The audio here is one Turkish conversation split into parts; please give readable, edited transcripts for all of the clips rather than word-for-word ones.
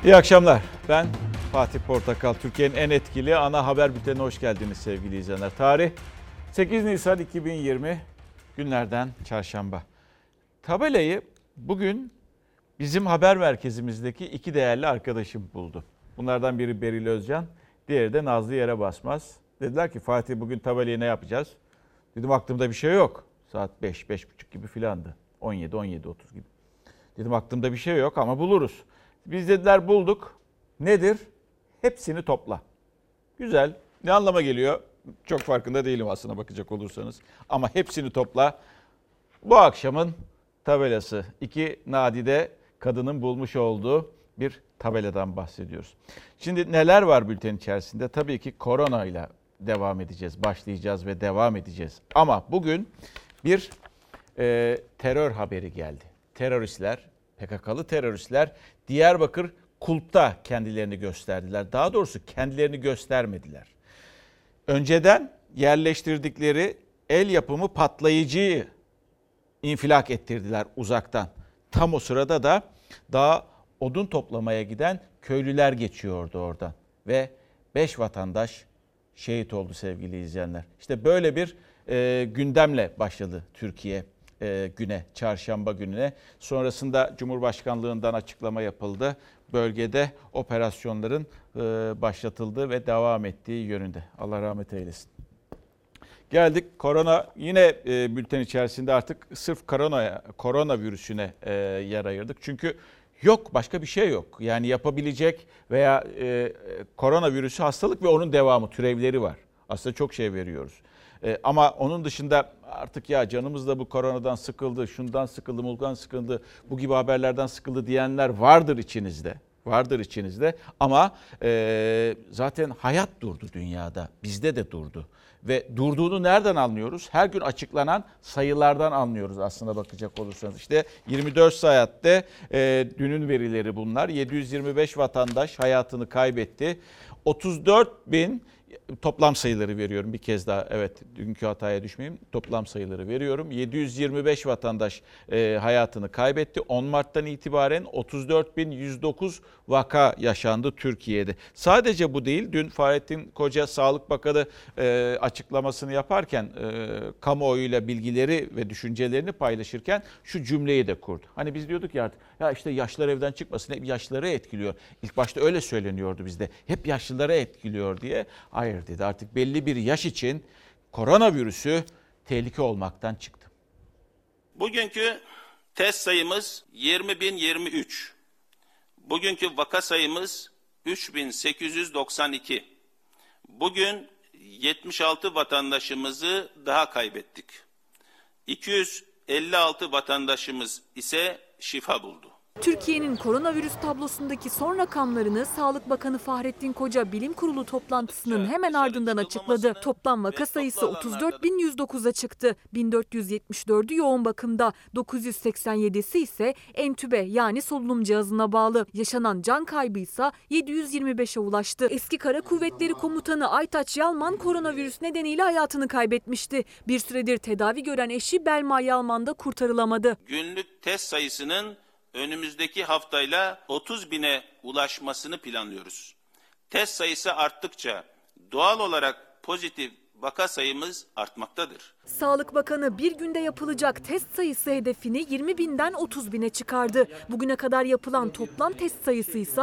İyi akşamlar. Ben Fatih Portakal. Türkiye'nin en etkili ana haber bültenine hoş geldiniz sevgili izleyenler. Tarih 8 Nisan 2020 günlerden çarşamba. Tabelayı bugün bizim haber merkezimizdeki iki değerli arkadaşım buldu. Bunlardan biri Beril Özcan, diğeri de Nazlı Yere Basmaz. Dediler ki Fatih bugün tabelayı ne yapacağız? Dedim aklımda bir şey yok. Saat 5-5.30 gibi filandı. 17-17.30 gibi. Dedim aklımda bir şey yok ama buluruz. Biz dediler bulduk. Nedir? Hepsini topla. Güzel. Ne anlama geliyor? Çok farkında değilim aslına bakacak olursanız. Ama hepsini topla. Bu akşamın tabelası. İki nadide kadının bulmuş olduğu bir tabeladan bahsediyoruz. Şimdi neler var bültenin içerisinde? Tabii ki korona ile devam edeceğiz. Başlayacağız ve devam edeceğiz. Ama bugün bir terör haberi geldi. Teröristler, PKK'lı teröristler Diyarbakır Kulp'ta kendilerini gösterdiler. Daha doğrusu kendilerini göstermediler. Önceden yerleştirdikleri el yapımı patlayıcıyı infilak ettirdiler uzaktan. Tam o sırada da daha odun toplamaya giden köylüler geçiyordu oradan. Ve 5 vatandaş şehit oldu sevgili izleyenler. İşte böyle bir gündemle başladı Türkiye güne, çarşamba gününe. Sonrasında Cumhurbaşkanlığından açıklama yapıldı. Bölgede operasyonların başlatıldığı ve devam ettiği yönünde. Allah rahmet eylesin. Geldik korona, yine bülten içerisinde artık sırf koronavirüsüne yer ayırdık. Çünkü yok, başka bir şey yok. Yani yapabilecek veya koronavirüsü hastalık ve onun devamı, türevleri var. Aslında çok şey veriyoruz. Ama onun dışında artık ya canımız da bu koronadan sıkıldı, şundan sıkıldı, bundan sıkıldı, bu gibi haberlerden sıkıldı diyenler vardır içinizde. Vardır içinizde ama zaten hayat durdu dünyada, bizde de durdu. Ve durduğunu nereden anlıyoruz? Her gün açıklanan sayılardan anlıyoruz aslında bakacak olursanız. İşte 24 saatte dünün verileri bunlar. 725 vatandaş hayatını kaybetti. 34 bin toplam sayıları veriyorum bir kez daha. Evet, dünkü hataya düşmeyeyim. Toplam sayıları veriyorum. 725 vatandaş hayatını kaybetti. 10 Mart'tan itibaren 34.109 vaka yaşandı Türkiye'de. Sadece bu değil. Dün Fahrettin Koca Sağlık Bakanı açıklamasını yaparken kamuoyuyla bilgileri ve düşüncelerini paylaşırken şu cümleyi de kurdu. Hani biz diyorduk ya artık ya işte yaşlılar evden çıkmasın, hep yaşlıları etkiliyor. İlk başta öyle söyleniyordu bizde. Hep yaşlılara etkiliyor diye. Hayır dedi, artık belli bir yaş için koronavirüsü tehlike olmaktan çıktı. Bugünkü test sayımız 20.023. Bugünkü vaka sayımız 3.892. Bugün 76 vatandaşımızı daha kaybettik. 256 vatandaşımız ise şifa buldu. Türkiye'nin koronavirüs tablosundaki son rakamlarını Sağlık Bakanı Fahrettin Koca Bilim Kurulu toplantısının hemen ardından açıkladı. Toplam vaka sayısı 34.109'a çıktı. 1474'ü yoğun bakımda, 987'si ise entübe yani solunum cihazına bağlı. Yaşanan can kaybı ise 725'e ulaştı. Eski Kara Kuvvetleri Komutanı Aytaç Yalman koronavirüs nedeniyle hayatını kaybetmişti. Bir süredir tedavi gören eşi Belma Yalman da kurtarılamadı. Günlük test sayısının önümüzdeki haftayla 30.000'e ulaşmasını planlıyoruz. Test sayısı arttıkça doğal olarak pozitif vaka sayımız artmaktadır. Sağlık Bakanı bir günde yapılacak test sayısı hedefini 20.000'den 30.000'e çıkardı. Bugüne kadar yapılan toplam test sayısı ise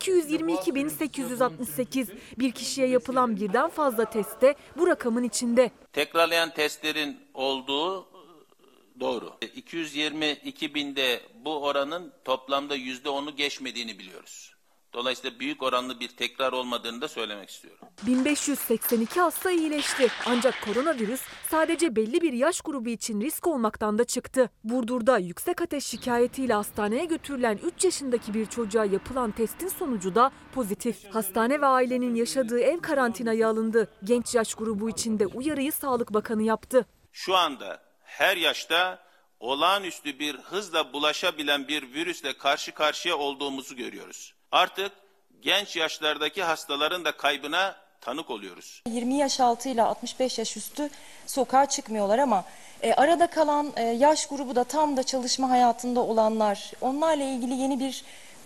222.868. Bir kişiye yapılan birden fazla test de bu rakamın içinde. Tekrarlayan testlerin olduğu doğru. 222.000'de bu oranın toplamda %10'u geçmediğini biliyoruz. Dolayısıyla büyük oranlı bir tekrar olmadığını da söylemek istiyorum. 1582 hasta iyileşti. Ancak koronavirüs sadece belli bir yaş grubu için risk olmaktan da çıktı. Burdur'da yüksek ateş şikayetiyle hastaneye götürülen 3 yaşındaki bir çocuğa yapılan testin sonucu da pozitif. Hastane ve ailenin yaşadığı ev karantinaya alındı. Genç yaş grubu için de uyarıyı Sağlık Bakanı yaptı. Şu anda her yaşta olağanüstü bir hızla bulaşabilen bir virüsle karşı karşıya olduğumuzu görüyoruz. Artık genç yaşlardaki hastaların da kaybına tanık oluyoruz. 20 yaş altı ile 65 yaş üstü sokağa çıkmıyorlar ama arada kalan yaş grubu da tam da çalışma hayatında olanlar, onlarla ilgili yeni bir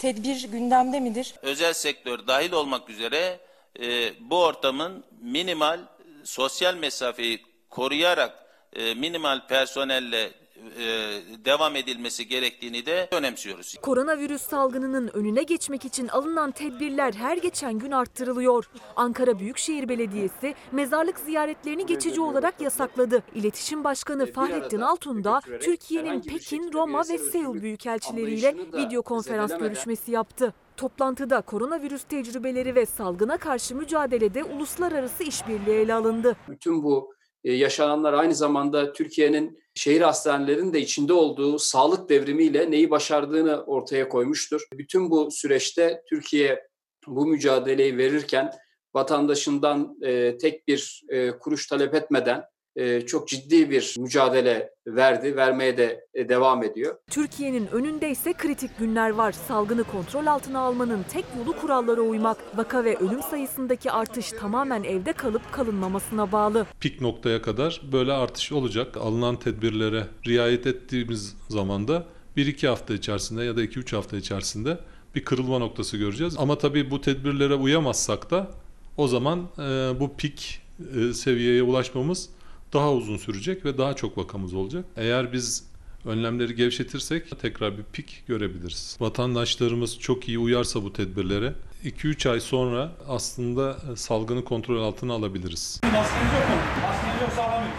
tedbir gündemde midir? Özel sektör dahil olmak üzere bu ortamın minimal sosyal mesafeyi koruyarak minimal personelle devam edilmesi gerektiğini de önemsiyoruz. Koronavirüs salgınının önüne geçmek için alınan tedbirler her geçen gün arttırılıyor. Ankara Büyükşehir Belediyesi mezarlık ziyaretlerini geçici olarak yasakladı. İletişim Başkanı Fahrettin Altun da Türkiye'nin Pekin, Roma ve Seul büyükelçileriyle video konferans görüşmesi yaptı. Toplantıda koronavirüs tecrübeleri ve salgına karşı mücadelede uluslararası işbirliği ele alındı. Bütün bu yaşananlar aynı zamanda Türkiye'nin şehir hastanelerinin de içinde olduğu sağlık devrimiyle neyi başardığını ortaya koymuştur. Bütün bu süreçte Türkiye bu mücadeleyi verirken vatandaşından tek bir kuruş talep etmeden çok ciddi bir mücadele verdi, vermeye de devam ediyor. Türkiye'nin önünde ise kritik günler var. Salgını kontrol altına almanın tek yolu kurallara uymak. Vaka ve ölüm sayısındaki artış tamamen evde kalıp kalınmamasına bağlı. Pik noktaya kadar böyle artış olacak. Alınan tedbirlere riayet ettiğimiz zaman da 1-2 hafta içerisinde ya da 2-3 hafta içerisinde bir kırılma noktası göreceğiz. Ama tabii bu tedbirlere uyamazsak da o zaman bu pik seviyeye ulaşmamız daha uzun sürecek ve daha çok vakamız olacak. Eğer biz önlemleri gevşetirsek tekrar bir pik görebiliriz. Vatandaşlarımız çok iyi uyarsa bu tedbirlere 2-3 ay sonra aslında salgını kontrol altına alabiliriz. Maskeniz yok mu? Maskeniz yoksa alamıyoruz.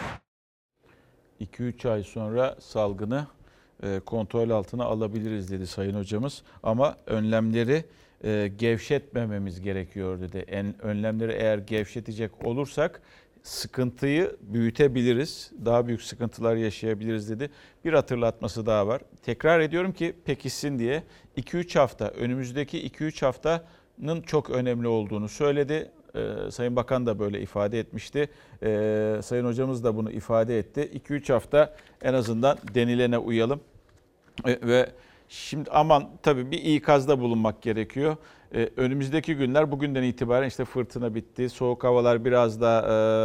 2-3 ay sonra salgını kontrol altına alabiliriz dedi Sayın Hocamız. Ama önlemleri gevşetmememiz gerekiyor dedi. Önlemleri eğer gevşetecek olursak sıkıntıyı büyütebiliriz, daha büyük sıkıntılar yaşayabiliriz dedi. Bir hatırlatması daha var. Tekrar ediyorum ki pekişsin diye 2-3 hafta, önümüzdeki 2-3 haftanın çok önemli olduğunu söyledi. Sayın Bakan da böyle ifade etmişti. Sayın Hocamız da bunu ifade etti. 2-3 hafta en azından denilene uyalım. Ve şimdi aman tabii bir ikazda bulunmak gerekiyor. Önümüzdeki günler bugünden itibaren işte fırtına bitti. Soğuk havalar biraz da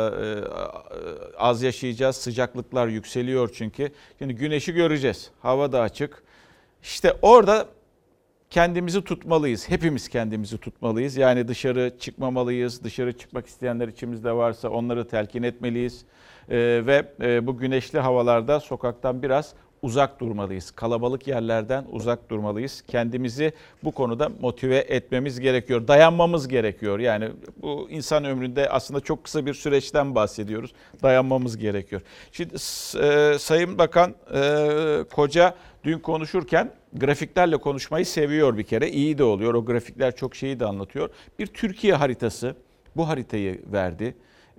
az yaşayacağız. Sıcaklıklar yükseliyor çünkü. Şimdi güneşi göreceğiz. Hava da açık. İşte orada kendimizi tutmalıyız. Hepimiz kendimizi tutmalıyız. Yani dışarı çıkmamalıyız. Dışarı çıkmak isteyenler içimizde varsa onları telkin etmeliyiz. Ve bu güneşli havalarda sokaktan biraz uzak durmalıyız. Kalabalık yerlerden uzak durmalıyız. Kendimizi bu konuda motive etmemiz gerekiyor. Dayanmamız gerekiyor. Yani bu insan ömründe aslında çok kısa bir süreçten bahsediyoruz. Dayanmamız gerekiyor. Şimdi Sayın Bakan Koca dün konuşurken grafiklerle konuşmayı seviyor bir kere. İyi de oluyor. O grafikler çok şeyi de anlatıyor. Bir Türkiye haritası, bu haritayı verdi.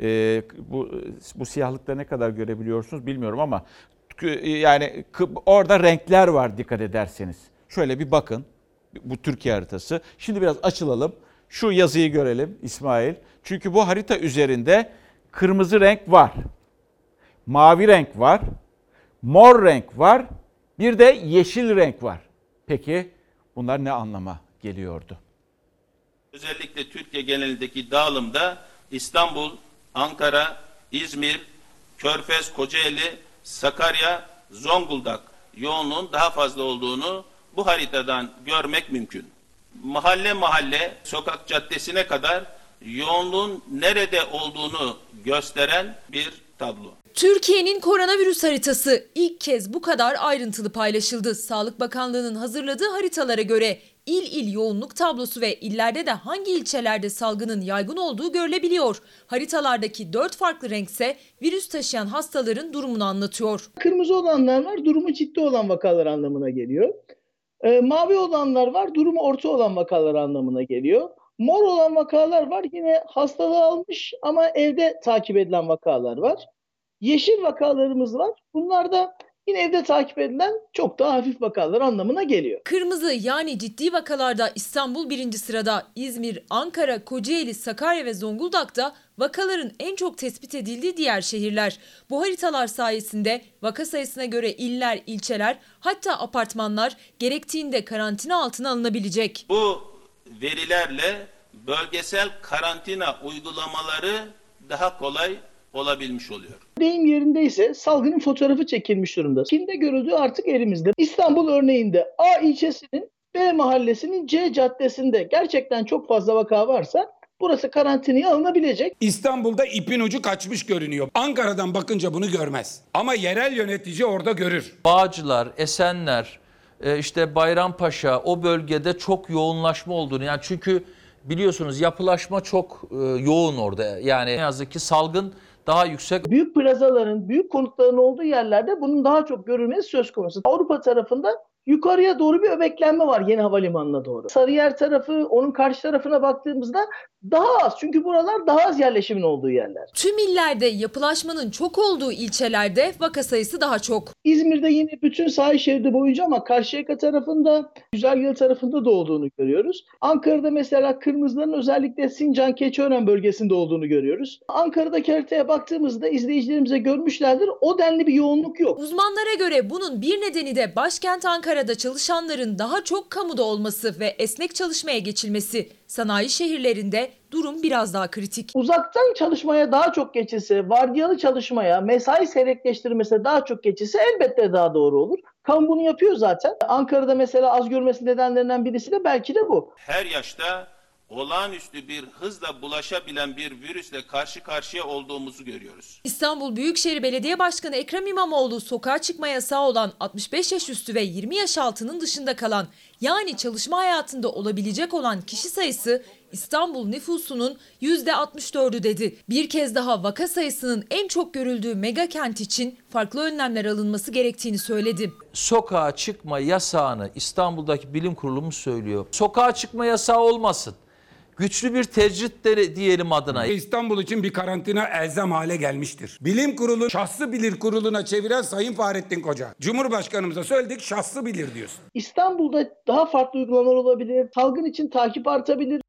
Bu siyahlıkta ne kadar görebiliyorsunuz bilmiyorum ama yani orada renkler var dikkat ederseniz. Şöyle bir bakın bu Türkiye haritası. Şimdi biraz açılalım. Şu yazıyı görelim İsmail. Çünkü bu harita üzerinde kırmızı renk var. Mavi renk var. Mor renk var. Bir de yeşil renk var. Peki bunlar ne anlama geliyordu? Özellikle Türkiye genelindeki dağılımda İstanbul, Ankara, İzmir, Körfez, Kocaeli, Sakarya, Zonguldak yoğunluğun daha fazla olduğunu bu haritadan görmek mümkün. Mahalle mahalle, sokak caddesine kadar yoğunluğun nerede olduğunu gösteren bir tablo. Türkiye'nin koronavirüs haritası ilk kez bu kadar ayrıntılı paylaşıldı. Sağlık Bakanlığı'nın hazırladığı haritalara göre il yoğunluk tablosu ve illerde de hangi ilçelerde salgının yaygın olduğu görülebiliyor. Haritalardaki 4 farklı renkse virüs taşıyan hastaların durumunu anlatıyor. Kırmızı olanlar var, durumu ciddi olan vakalar anlamına geliyor. Mavi olanlar var, durumu orta olan vakalar anlamına geliyor. Mor olan vakalar var, yine hastalığı almış ama evde takip edilen vakalar var. Yeşil vakalarımız var. Bunlar da yine evde takip edilen çok daha hafif vakalar anlamına geliyor. Kırmızı yani ciddi vakalarda İstanbul 1. sırada, İzmir, Ankara, Kocaeli, Sakarya ve Zonguldak'ta vakaların en çok tespit edildiği diğer şehirler. Bu haritalar sayesinde vaka sayısına göre iller, ilçeler hatta apartmanlar gerektiğinde karantina altına alınabilecek. Bu verilerle bölgesel karantina uygulamaları daha kolay olabilmiş oluyor. Deyim yerindeyse salgının fotoğrafı çekilmiş durumda. Çin'de görüldüğü artık elimizde. İstanbul örneğinde A ilçesinin B mahallesinin C caddesinde gerçekten çok fazla vaka varsa burası karantinaya alınabilecek. İstanbul'da ipin ucu kaçmış görünüyor. Ankara'dan bakınca bunu görmez. Ama yerel yönetici orada görür. Bağcılar, Esenler, işte Bayrampaşa, o bölgede çok yoğunlaşma olduğunu, yani çünkü biliyorsunuz yapılaşma çok yoğun orada. Yani ne yazık ki salgın daha yüksek. Büyük plazaların, büyük konutların olduğu yerlerde bunun daha çok görülmesi söz konusu. Avrupa tarafında yukarıya doğru bir öbeklenme var yeni havalimanına doğru. Sarıyer tarafı, onun karşı tarafına baktığımızda daha az. Çünkü buralar daha az yerleşimin olduğu yerler. Tüm illerde yapılaşmanın çok olduğu ilçelerde vaka sayısı daha çok. İzmir'de yine bütün sahil şeridi boyunca ama Karşıyaka tarafında, Güzelgöl tarafında da olduğunu görüyoruz. Ankara'da mesela kırmızıların özellikle Sincan, Keçiören bölgesinde olduğunu görüyoruz. Ankara'daki haritaya baktığımızda izleyicilerimize görmüşlerdir. O denli bir yoğunluk yok. Uzmanlara göre bunun bir nedeni de başkent Ankara'da çalışanların daha çok kamuda olması ve esnek çalışmaya geçilmesi. Sanayi şehirlerinde durum biraz daha kritik. Uzaktan çalışmaya daha çok geçilse, vardiyalı çalışmaya, mesai seyrekleştirmesine daha çok geçilse elbette daha doğru olur. Kamu bunu yapıyor zaten. Ankara'da mesela az görmesi nedenlerinden birisi de belki de bu. Her yaşta olağanüstü bir hızla bulaşabilen bir virüsle karşı karşıya olduğumuzu görüyoruz. İstanbul Büyükşehir Belediye Başkanı Ekrem İmamoğlu sokağa çıkma yasağı olan 65 yaş üstü ve 20 yaş altının dışında kalan, yani çalışma hayatında olabilecek olan kişi sayısı İstanbul nüfusunun %64'ü dedi. Bir kez daha vaka sayısının en çok görüldüğü mega kent için farklı önlemler alınması gerektiğini söyledi. Sokağa çıkma yasağını İstanbul'daki bilim kurulumuz söylüyor. Sokağa çıkma yasağı olmasın. Güçlü bir tecrit de diyelim adına. İstanbul için bir karantina elzem hale gelmiştir. Bilim kurulu şahsı bilir kuruluna çeviren Sayın Fahrettin Koca. Cumhurbaşkanımıza söyledik, şahsı bilir diyorsun. İstanbul'da daha farklı uygulamalar olabilir. Salgın için takip artabilir.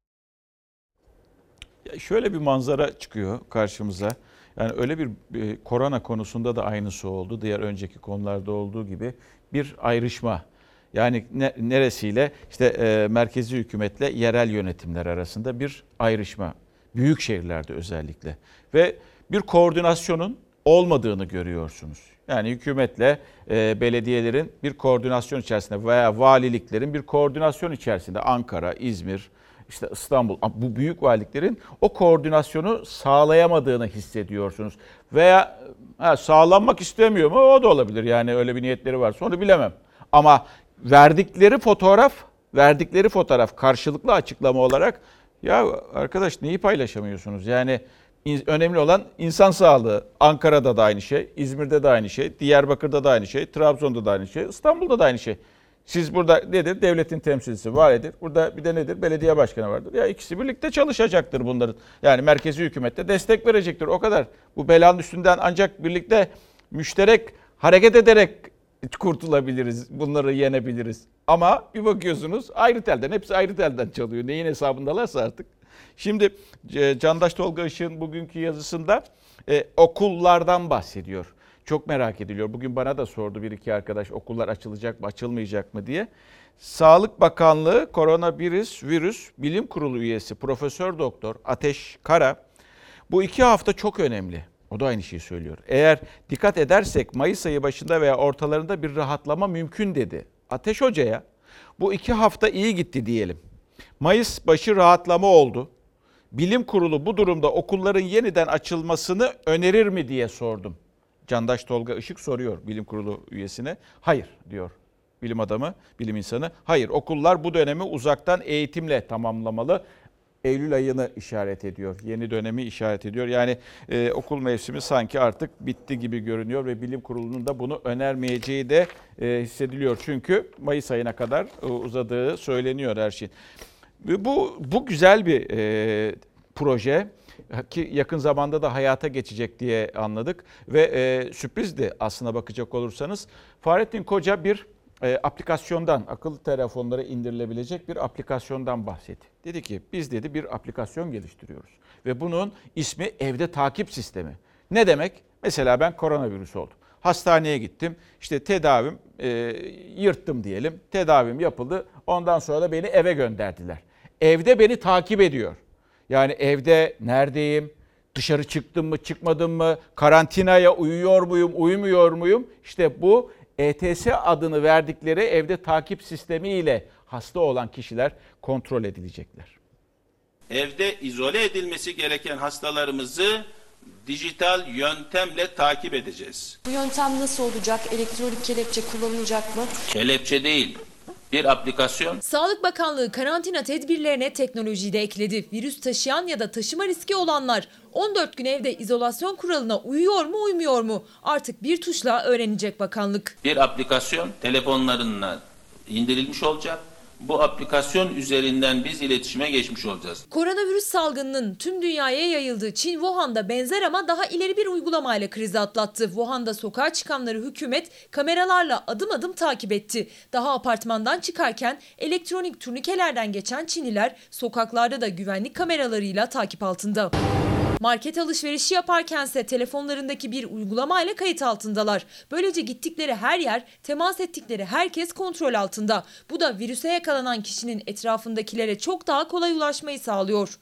Ya şöyle bir manzara çıkıyor karşımıza. Yani öyle bir korona konusunda da aynısı oldu. Diğer önceki konularda olduğu gibi bir ayrışma. Yani neresiyle işte merkezi hükümetle yerel yönetimler arasında bir ayrışma. Büyük şehirlerde özellikle. Ve bir koordinasyonun olmadığını görüyorsunuz. Yani hükümetle belediyelerin bir koordinasyon içerisinde veya valiliklerin bir koordinasyon içerisinde Ankara, İzmir, İşte İstanbul, bu büyük valiliklerin o koordinasyonu sağlayamadığını hissediyorsunuz. Veya sağlanmak istemiyor mu? O da olabilir. Yani öyle bir niyetleri varsa onu bilemem. Ama verdikleri fotoğraf karşılıklı açıklama olarak, ya arkadaş neyi paylaşamıyorsunuz? Yani önemli olan insan sağlığı. Ankara'da da aynı şey, İzmir'de de aynı şey, Diyarbakır'da da aynı şey, Trabzon'da da aynı şey, İstanbul'da da aynı şey. Siz burada nedir? Devletin temsilcisi validir. Burada bir de nedir? Belediye başkanı vardır. Ya ikisi birlikte çalışacaktır bunların. Yani merkezi hükümette destek verecektir. O kadar. Bu belanın üstünden ancak birlikte müşterek hareket ederek kurtulabiliriz. Bunları yenebiliriz. Ama bir bakıyorsunuz ayrı telden. Hepsi ayrı telden çalıyor. Neyin hesabındalarsa artık. Şimdi Candaş Tolga Işık'ın bugünkü yazısında okullardan bahsediyor. Çok merak ediliyor. Bugün bana da sordu bir iki arkadaş, okullar açılacak mı, açılmayacak mı diye. Sağlık Bakanlığı Koronavirüs Bilim Kurulu üyesi Profesör Doktor Ateş Kara, bu 2 hafta çok önemli. O da aynı şeyi söylüyor. Eğer dikkat edersek Mayıs ayı başında veya ortalarında bir rahatlama mümkün dedi. Ateş Hoca'ya bu 2 hafta iyi gitti diyelim. Mayıs başı rahatlama oldu. Bilim Kurulu bu durumda okulların yeniden açılmasını önerir mi diye sordum. Candaş Tolga Işık soruyor bilim kurulu üyesine. Hayır diyor bilim adamı, bilim insanı. Hayır, okullar bu dönemi uzaktan eğitimle tamamlamalı. Eylül ayını işaret ediyor, yeni dönemi işaret ediyor. Yani okul mevsimi sanki artık bitti gibi görünüyor ve bilim kurulunun da bunu önermeyeceği de hissediliyor. Çünkü Mayıs ayına kadar uzadığı söyleniyor her şey. Bu güzel bir proje. Ki yakın zamanda da hayata geçecek diye anladık ve sürprizdi aslına bakacak olursanız. Fahrettin Koca bir aplikasyondan, akıllı telefonlara indirilebilecek bir aplikasyondan bahsetti. Dedi ki biz dedi bir aplikasyon geliştiriyoruz ve bunun ismi evde takip sistemi. Ne demek? Mesela ben koronavirüs oldum. Hastaneye gittim, işte tedavim yırttım diyelim, tedavim yapıldı, ondan sonra da beni eve gönderdiler. Evde beni takip ediyor. Yani evde neredeyim, dışarı çıktım mı, çıkmadım mı, karantinaya uyuyor muyum, uyumuyor muyum? İşte bu ETS adını verdikleri evde takip sistemiyle hasta olan kişiler kontrol edilecekler. Evde izole edilmesi gereken hastalarımızı dijital yöntemle takip edeceğiz. Bu yöntem nasıl olacak? Elektronik kelepçe kullanılacak mı? Kelepçe değil, bir aplikasyon. Sağlık Bakanlığı karantina tedbirlerine teknolojiyi de ekledi. Virüs taşıyan ya da taşıma riski olanlar 14 gün evde izolasyon kuralına uyuyor mu uymuyor mu? Artık bir tuşla öğrenecek bakanlık. Bir aplikasyon telefonlarına indirilmiş olacak. Bu aplikasyon üzerinden biz iletişime geçmiş olacağız. Koronavirüs salgınının tüm dünyaya yayıldığı Çin Wuhan'da benzer ama daha ileri bir uygulamayla krizi atlattı. Wuhan'da sokağa çıkanları hükümet kameralarla adım adım takip etti. Daha apartmandan çıkarken elektronik turnikelerden geçen Çinliler sokaklarda da güvenlik kameralarıyla takip altında. Market alışverişi yaparkense telefonlarındaki bir uygulamayla kayıt altındalar. Böylece gittikleri her yer, temas ettikleri herkes kontrol altında. Bu da virüse yakalanan kişinin etrafındakilere çok daha kolay ulaşmayı sağlıyor.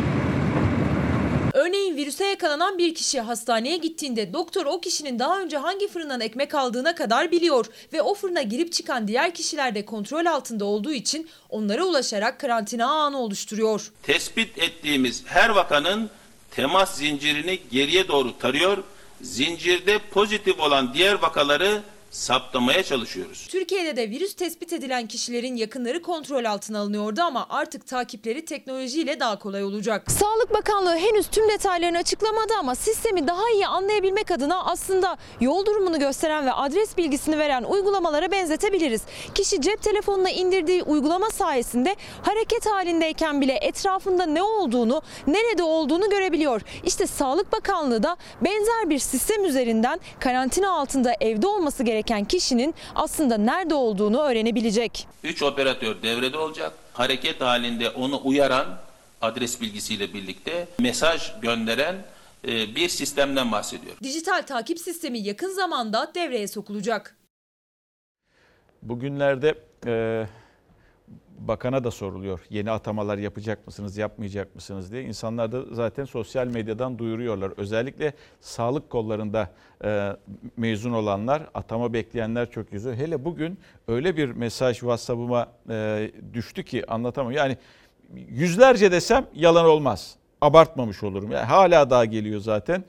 Örneğin virüse yakalanan bir kişi hastaneye gittiğinde doktor o kişinin daha önce hangi fırından ekmek aldığına kadar biliyor ve o fırına girip çıkan diğer kişiler de kontrol altında olduğu için onlara ulaşarak karantina ağını oluşturuyor. Tespit ettiğimiz her vakanın temas zincirini geriye doğru tarıyor, zincirde pozitif olan diğer vakaları saptamaya çalışıyoruz. Türkiye'de de virüs tespit edilen kişilerin yakınları kontrol altına alınıyordu ama artık takipleri teknolojiyle daha kolay olacak. Sağlık Bakanlığı henüz tüm detaylarını açıklamadı ama sistemi daha iyi anlayabilmek adına aslında yol durumunu gösteren ve adres bilgisini veren uygulamalara benzetebiliriz. Kişi cep telefonuna indirdiği uygulama sayesinde hareket halindeyken bile etrafında ne olduğunu, nerede olduğunu görebiliyor. İşte Sağlık Bakanlığı da benzer bir sistem üzerinden karantina altında evde olması gereken kişinin aslında nerede olduğunu öğrenebilecek. 3 operatör devrede olacak. Hareket halinde onu uyaran adres bilgisiyle birlikte mesaj gönderen bir sistemden bahsediyor. Dijital takip sistemi yakın zamanda devreye sokulacak. Bugünlerde bakana da soruluyor. Yeni atamalar yapacak mısınız, yapmayacak mısınız diye. İnsanlar da zaten sosyal medyadan duyuruyorlar. Özellikle sağlık kollarında mezun olanlar, atama bekleyenler çok yüzü. Hele bugün öyle bir mesaj WhatsApp'ıma düştü ki anlatamam. Yani yüzlerce desem yalan olmaz. Abartmamış olurum. Yani hala daha geliyor zaten.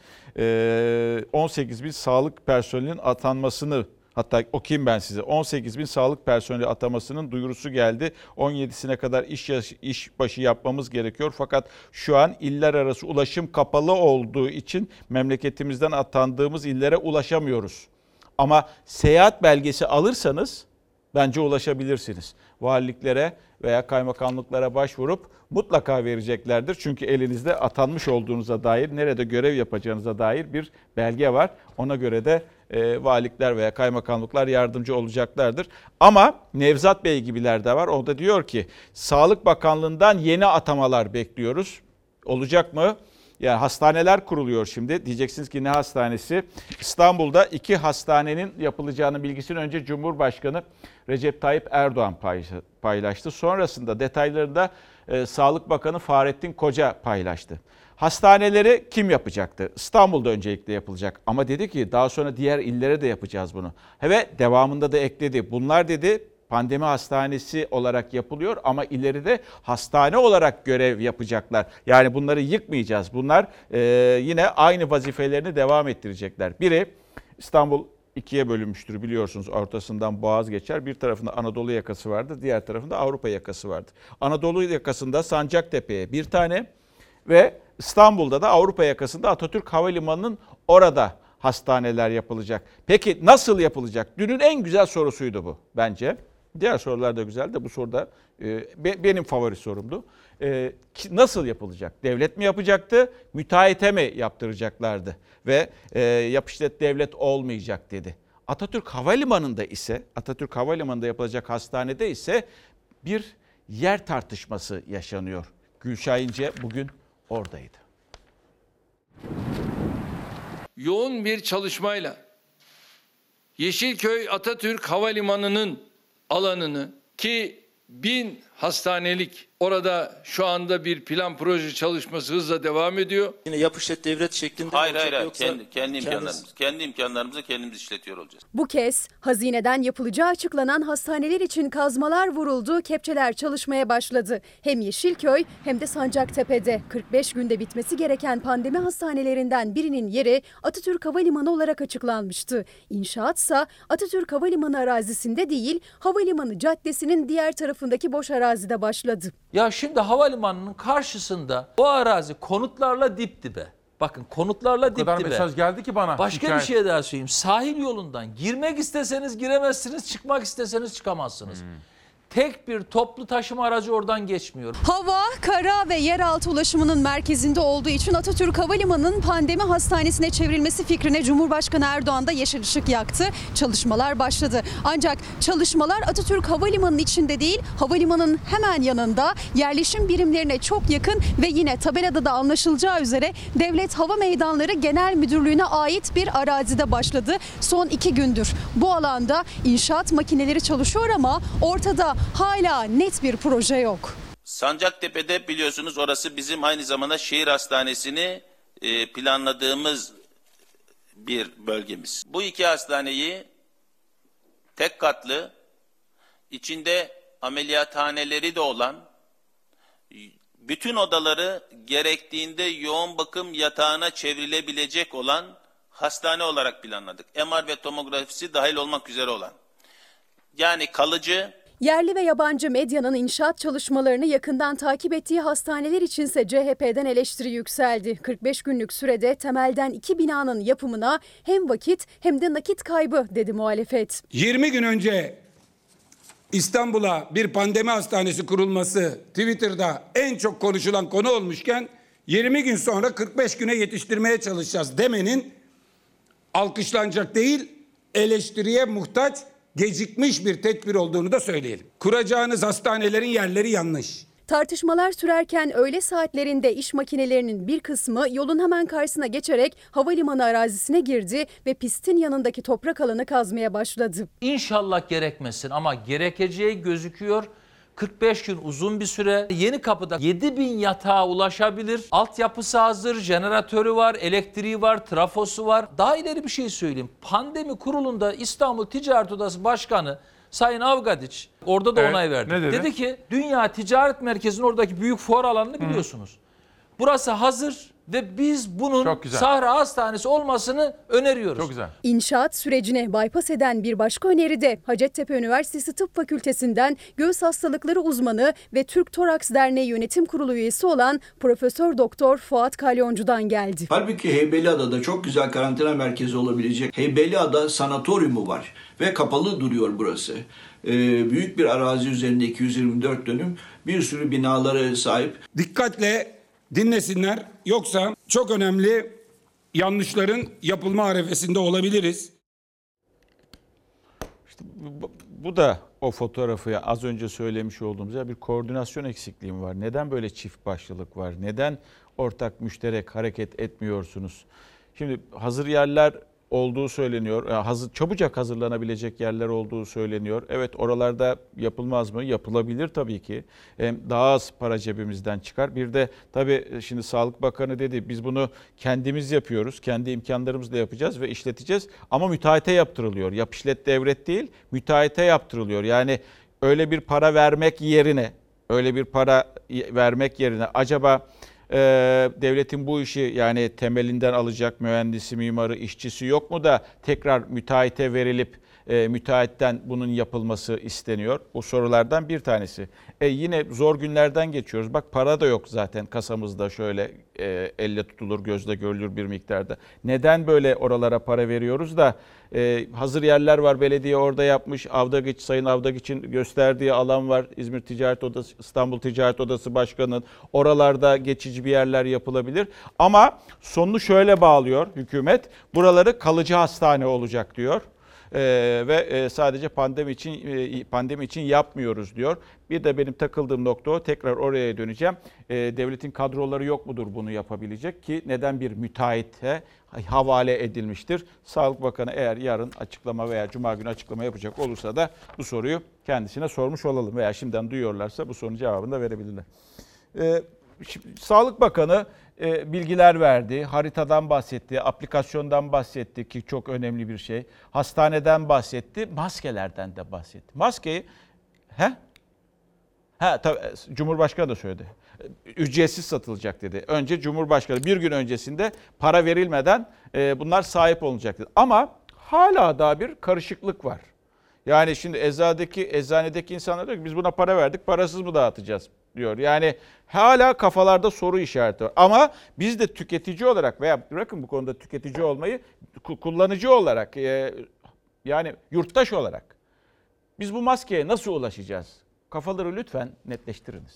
18 bin sağlık personelinin atanmasını, hatta okuyayım ben size. 18 bin sağlık personeli atamasının duyurusu geldi. 17'sine kadar iş başı yapmamız gerekiyor. Fakat şu an iller arası ulaşım kapalı olduğu için memleketimizden atandığımız illere ulaşamıyoruz. Ama seyahat belgesi alırsanız bence ulaşabilirsiniz. Valiliklere veya kaymakamlıklara başvurup mutlaka vereceklerdir. Çünkü elinizde atanmış olduğunuza dair, nerede görev yapacağınıza dair bir belge var. Ona göre de valilikler veya kaymakamlıklar yardımcı olacaklardır. Ama Nevzat Bey gibiler de var. O da diyor ki Sağlık Bakanlığı'ndan yeni atamalar bekliyoruz. Olacak mı? Yani hastaneler kuruluyor şimdi. Diyeceksiniz ki ne hastanesi? İstanbul'da 2 hastanenin yapılacağının bilgisini önce Cumhurbaşkanı Recep Tayyip Erdoğan paylaştı. Sonrasında detayları da Sağlık Bakanı Fahrettin Koca paylaştı. Hastaneleri kim yapacaktı? İstanbul'da öncelikle yapılacak. Ama dedi ki daha sonra diğer illere de yapacağız bunu. Ve devamında da ekledi. Bunlar dedi pandemi hastanesi olarak yapılıyor ama ileride hastane olarak görev yapacaklar. Yani bunları yıkmayacağız. Bunlar yine aynı vazifelerini devam ettirecekler. Biri İstanbul 2'ye bölünmüştür biliyorsunuz. Ortasından Boğaz geçer. Bir tarafında Anadolu yakası vardır. Diğer tarafında Avrupa yakası vardır. Anadolu yakasında Sancaktepe'ye bir tane ve İstanbul'da da Avrupa yakasında Atatürk Havalimanı'nın orada hastaneler yapılacak. Peki nasıl yapılacak? Dünün en güzel sorusuydu bu bence. Diğer sorular da güzel de bu soruda benim favori sorumdu. Nasıl yapılacak? Devlet mi yapacaktı? Müteahhite mi yaptıracaklardı? Ve yap işlet devlet olmayacak dedi. Atatürk Havalimanı'nda yapılacak hastanede ise bir yer tartışması yaşanıyor. Gülşah İnce bugün oradaydı. Yoğun bir çalışmayla Yeşilköy Atatürk Havalimanı'nın alanını ki 1000 hastanelik. Orada şu anda bir plan proje çalışması hızla devam ediyor. Yine yap işlet devret şeklinde Hayır mi olacak, hayır yoksa kendi imkanlarımızla kendimiz işletiyor olacağız. Bu kez hazineden yapılacağı açıklanan hastaneler için kazmalar vuruldu, kepçeler çalışmaya başladı. Hem Yeşilköy hem de Sancaktepe'de 45 günde bitmesi gereken pandemi hastanelerinden birinin yeri Atatürk Havalimanı olarak açıklanmıştı. İnşaatsa Atatürk Havalimanı arazisinde değil, Havalimanı Caddesi'nin diğer tarafındaki boş arazide başladı. Ya şimdi havalimanının karşısında o arazi konutlarla dip dibe. Bakın konutlarla dip dibe. O kadar mesaj geldi ki bana. Başka bir şey daha söyleyeyim. Sahil yolundan girmek isteseniz giremezsiniz, çıkmak isteseniz çıkamazsınız. Tek bir toplu taşıma aracı oradan geçmiyor. Hava, kara ve yeraltı ulaşımının merkezinde olduğu için Atatürk Havalimanı'nın pandemi hastanesine çevrilmesi fikrine Cumhurbaşkanı Erdoğan da yeşil ışık yaktı. Çalışmalar başladı. Ancak çalışmalar Atatürk Havalimanı'nın içinde değil, havalimanının hemen yanında yerleşim birimlerine çok yakın ve yine tabelada da anlaşılacağı üzere Devlet Hava Meydanları Genel Müdürlüğü'ne ait bir arazide başladı. Son 2 gündür bu alanda inşaat makineleri çalışıyor ama ortada hala net bir proje yok. Sancaktepe'de biliyorsunuz orası bizim aynı zamanda şehir hastanesini planladığımız bir bölgemiz. Bu iki hastaneyi tek katlı, içinde ameliyathaneleri de olan, bütün odaları gerektiğinde yoğun bakım yatağına çevrilebilecek olan hastane olarak planladık. MR ve tomografisi dahil olmak üzere olan. Yani kalıcı. Yerli ve yabancı medyanın inşaat çalışmalarını yakından takip ettiği hastaneler içinse CHP'den eleştiri yükseldi. 45 günlük sürede temelden 2 binanın yapımına hem vakit hem de nakit kaybı dedi muhalefet. 20 gün önce İstanbul'a bir pandemi hastanesi kurulması Twitter'da en çok konuşulan konu olmuşken 20 gün sonra 45 güne yetiştirmeye çalışacağız demenin alkışlanacak değil, eleştiriye muhtaç, gecikmiş bir tedbir olduğunu da söyleyelim. Kuracağınız hastanelerin yerleri yanlış. Tartışmalar sürerken öğle saatlerinde iş makinelerinin bir kısmı yolun hemen karşısına geçerek havalimanı arazisine girdi ve pistin yanındaki toprak alanı kazmaya başladı. İnşallah gerekmesin ama gerekeceği gözüküyor. 45 gün uzun bir süre. Yenikapı'da 7.000 yatağa ulaşabilir. Altyapısı hazır, jeneratörü var, elektriği var, trafosu var. Daha ileri bir şey söyleyeyim. Pandemi kurulunda İstanbul Ticaret Odası Başkanı Sayın Avgadiç orada da onay verdi. Dedi ki Dünya Ticaret Merkezi'nin oradaki büyük fuar alanını biliyorsunuz. Burası hazır ve biz bunun Sahra Hastanesi olmasını öneriyoruz. Çok güzel. İnşaat sürecine bypass eden bir başka öneri de Hacettepe Üniversitesi Tıp Fakültesinden göğüs hastalıkları uzmanı ve Türk Toraks Derneği Yönetim Kurulu üyesi olan Profesör Doktor Fuat Kalyoncu'dan geldi. Halbuki Heybeliada'da çok güzel karantina merkezi olabilecek Heybeliada Sanatoryumu var ve kapalı duruyor burası. Büyük bir arazi üzerinde 224 dönüm bir sürü binalara sahip. Dikkatle dinlesinler, yoksa çok önemli yanlışların yapılma arefesinde olabiliriz. İşte bu da o fotoğrafı az önce söylemiş olduğumuz bir koordinasyon eksikliği var. Neden böyle çift başlılık var? Neden ortak müşterek hareket etmiyorsunuz? Şimdi hazır yerler olduğu söyleniyor. Çabucak hazırlanabilecek yerler olduğu söyleniyor. Evet, oralarda yapılmaz mı? Yapılabilir tabii ki. Daha az para cebimizden çıkar. Bir de tabii şimdi Sağlık Bakanı dedi biz bunu kendimiz yapıyoruz. Kendi imkanlarımızla yapacağız ve işleteceğiz. Ama müteahhite yaptırılıyor. Yap işlet devret değil, müteahhite yaptırılıyor. Yani öyle bir para vermek yerine acaba devletin bu işi yani temelinden alacak mühendisi, mimarı, işçisi yok mu da tekrar müteahhite verilip müteahhitten bunun yapılması isteniyor? Bu sorulardan bir tanesi. Yine zor günlerden geçiyoruz. Bak para da yok zaten kasamızda şöyle elle tutulur, gözle görülür bir miktarda. Neden böyle oralara para veriyoruz da hazır yerler var, belediye orada yapmış. Sayın Avdagiç'in gösterdiği alan var. İzmir Ticaret Odası, İstanbul Ticaret Odası Başkanı'nın oralarda geçici bir yerler yapılabilir. Ama sonunu şöyle bağlıyor hükümet. Buraları kalıcı hastane olacak diyor. Ve sadece pandemi için yapmıyoruz diyor. Bir de benim takıldığım nokta o. Tekrar oraya döneceğim. Devletin kadroları yok mudur bunu yapabilecek ki neden bir müteahhite havale edilmiştir? Sağlık Bakanı eğer yarın açıklama veya Cuma günü açıklama yapacak olursa da bu soruyu kendisine sormuş olalım veya şimdiden duyuyorlarsa bu sorunun cevabını da verebilirler. Sağlık Bakanı bilgiler verdi, haritadan bahsetti, aplikasyondan bahsetti ki çok önemli bir şey. Hastaneden bahsetti, maskelerden de bahsetti. Maskeyi, tabii Cumhurbaşkanı da söyledi. Ücretsiz satılacak dedi. Önce Cumhurbaşkanı bir gün öncesinde para verilmeden bunlar sahip olacak dedi. Ama hala daha bir karışıklık var. Yani şimdi eczanedeki insanlar diyor ki biz buna para verdik, parasız mı dağıtacağız diyor. Yani hala kafalarda soru işareti var. Ama biz de tüketici olarak veya bırakın bu konuda tüketici olmayı, kullanıcı olarak yani yurttaş olarak biz bu maskeye nasıl ulaşacağız? Kafaları lütfen netleştiriniz.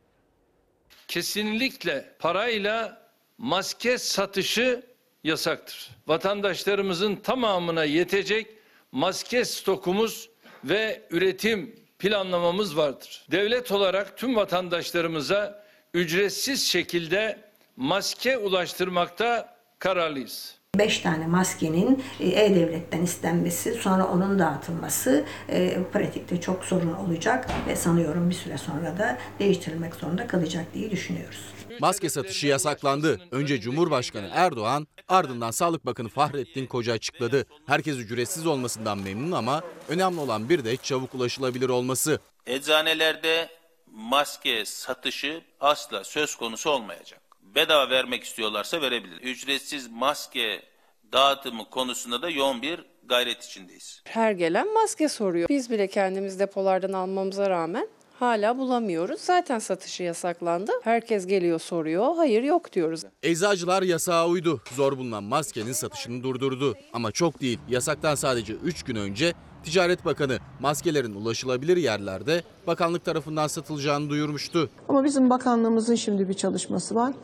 Kesinlikle parayla maske satışı yasaktır. Vatandaşlarımızın tamamına yetecek maske stokumuz ve üretim planlamamız vardır. Devlet olarak tüm vatandaşlarımıza ücretsiz şekilde maske ulaştırmakta kararlıyız. 5 tane maskenin E-Devlet'ten istenmesi, sonra onun dağıtılması pratikte çok sorun olacak ve sanıyorum bir süre sonra da değiştirilmek zorunda kalacak diye düşünüyoruz. Maske satışı yasaklandı. Önce Cumhurbaşkanı Erdoğan, ardından Sağlık Bakanı Fahrettin Koca açıkladı. Herkes ücretsiz olmasından memnun ama önemli olan bir de çabuk ulaşılabilir olması. Eczanelerde maske satışı asla söz konusu olmayacak. Bedava vermek istiyorlarsa verebilir. Ücretsiz maske dağıtımı konusunda da yoğun bir gayret içindeyiz. Her gelen maske soruyor. Biz bile kendimiz depolardan almamıza rağmen hala bulamıyoruz. Zaten satışı yasaklandı. Herkes geliyor soruyor. Hayır yok diyoruz. Eczacılar yasağa uydu. Zor bulunan maskenin satışını durdurdu. Ama çok değil. Yasaktan sadece 3 gün önce Ticaret Bakanı maskelerin ulaşılabilir yerlerde bakanlık tarafından satılacağını duyurmuştu. Ama bizim bakanlığımızın şimdi bir çalışması var.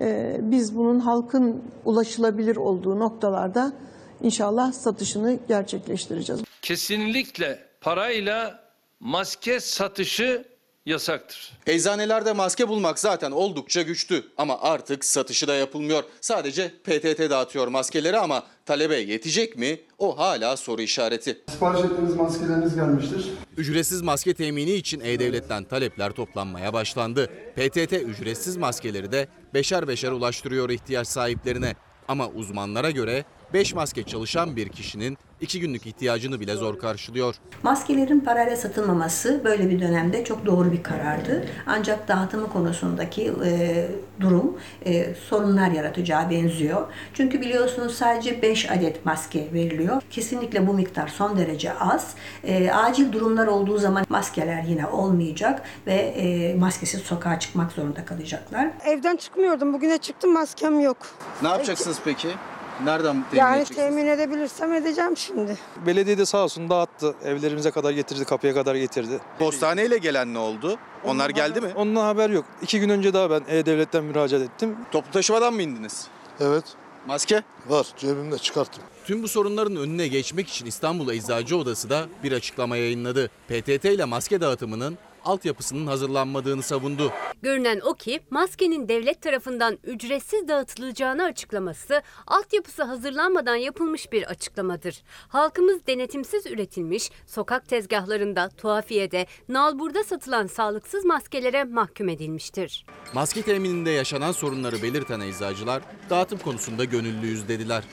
Biz bunun halkın ulaşılabilir olduğu noktalarda inşallah satışını gerçekleştireceğiz. Kesinlikle parayla maske satışı yasaktır. Eczanelerde maske bulmak zaten oldukça güçtü ama artık satışı da yapılmıyor. Sadece PTT dağıtıyor maskeleri ama talebe yetecek mi? O hala soru işareti. Sipariş ettiğiniz maskeleriniz gelmiştir. Ücretsiz maske temini için E-Devlet'ten talepler toplanmaya başlandı. PTT ücretsiz maskeleri de beşer beşer ulaştırıyor ihtiyaç sahiplerine. Ama uzmanlara göre 5 maske çalışan bir kişinin 2 günlük ihtiyacını bile zor karşılıyor. Maskelerin parayla satılmaması böyle bir dönemde çok doğru bir karardı. Ancak dağıtımı konusundaki durum sorunlar yaratacağı benziyor. Çünkü biliyorsunuz sadece 5 adet maske veriliyor. Kesinlikle bu miktar son derece az. Acil durumlar olduğu zaman maskeler yine olmayacak ve maskesiz sokağa çıkmak zorunda kalacaklar. Evden çıkmıyordum. Bugüne çıktım, maskem yok. Ne yapacaksınız peki? Nereden temin yani edeceksiniz? temin edebilirsem edeceğim şimdi. Belediye de sağ olsun dağıttı. Evlerimize kadar getirdi, kapıya kadar getirdi. Postaneyle gelen ne oldu? Onlar geldi mi? Ondan haber yok. 2 gün önce daha ben E-Devlet'ten müracaat ettim. Toplu taşımadan mı indiniz? Evet. Maske? Var, cebimde çıkarttım. Tüm bu sorunların önüne geçmek için İstanbul Eczacı Odası da bir açıklama yayınladı. PTT ile maske dağıtımının altyapısının hazırlanmadığını savundu. Görünen o ki maskenin devlet tarafından ücretsiz dağıtılacağını açıklaması altyapısı hazırlanmadan yapılmış bir açıklamadır. Halkımız denetimsiz üretilmiş, sokak tezgahlarında, tuhafiyede, nalburda satılan sağlıksız maskelere mahkum edilmiştir. Maske temininde yaşanan sorunları belirten eczacılar dağıtım konusunda gönüllüyüz dediler.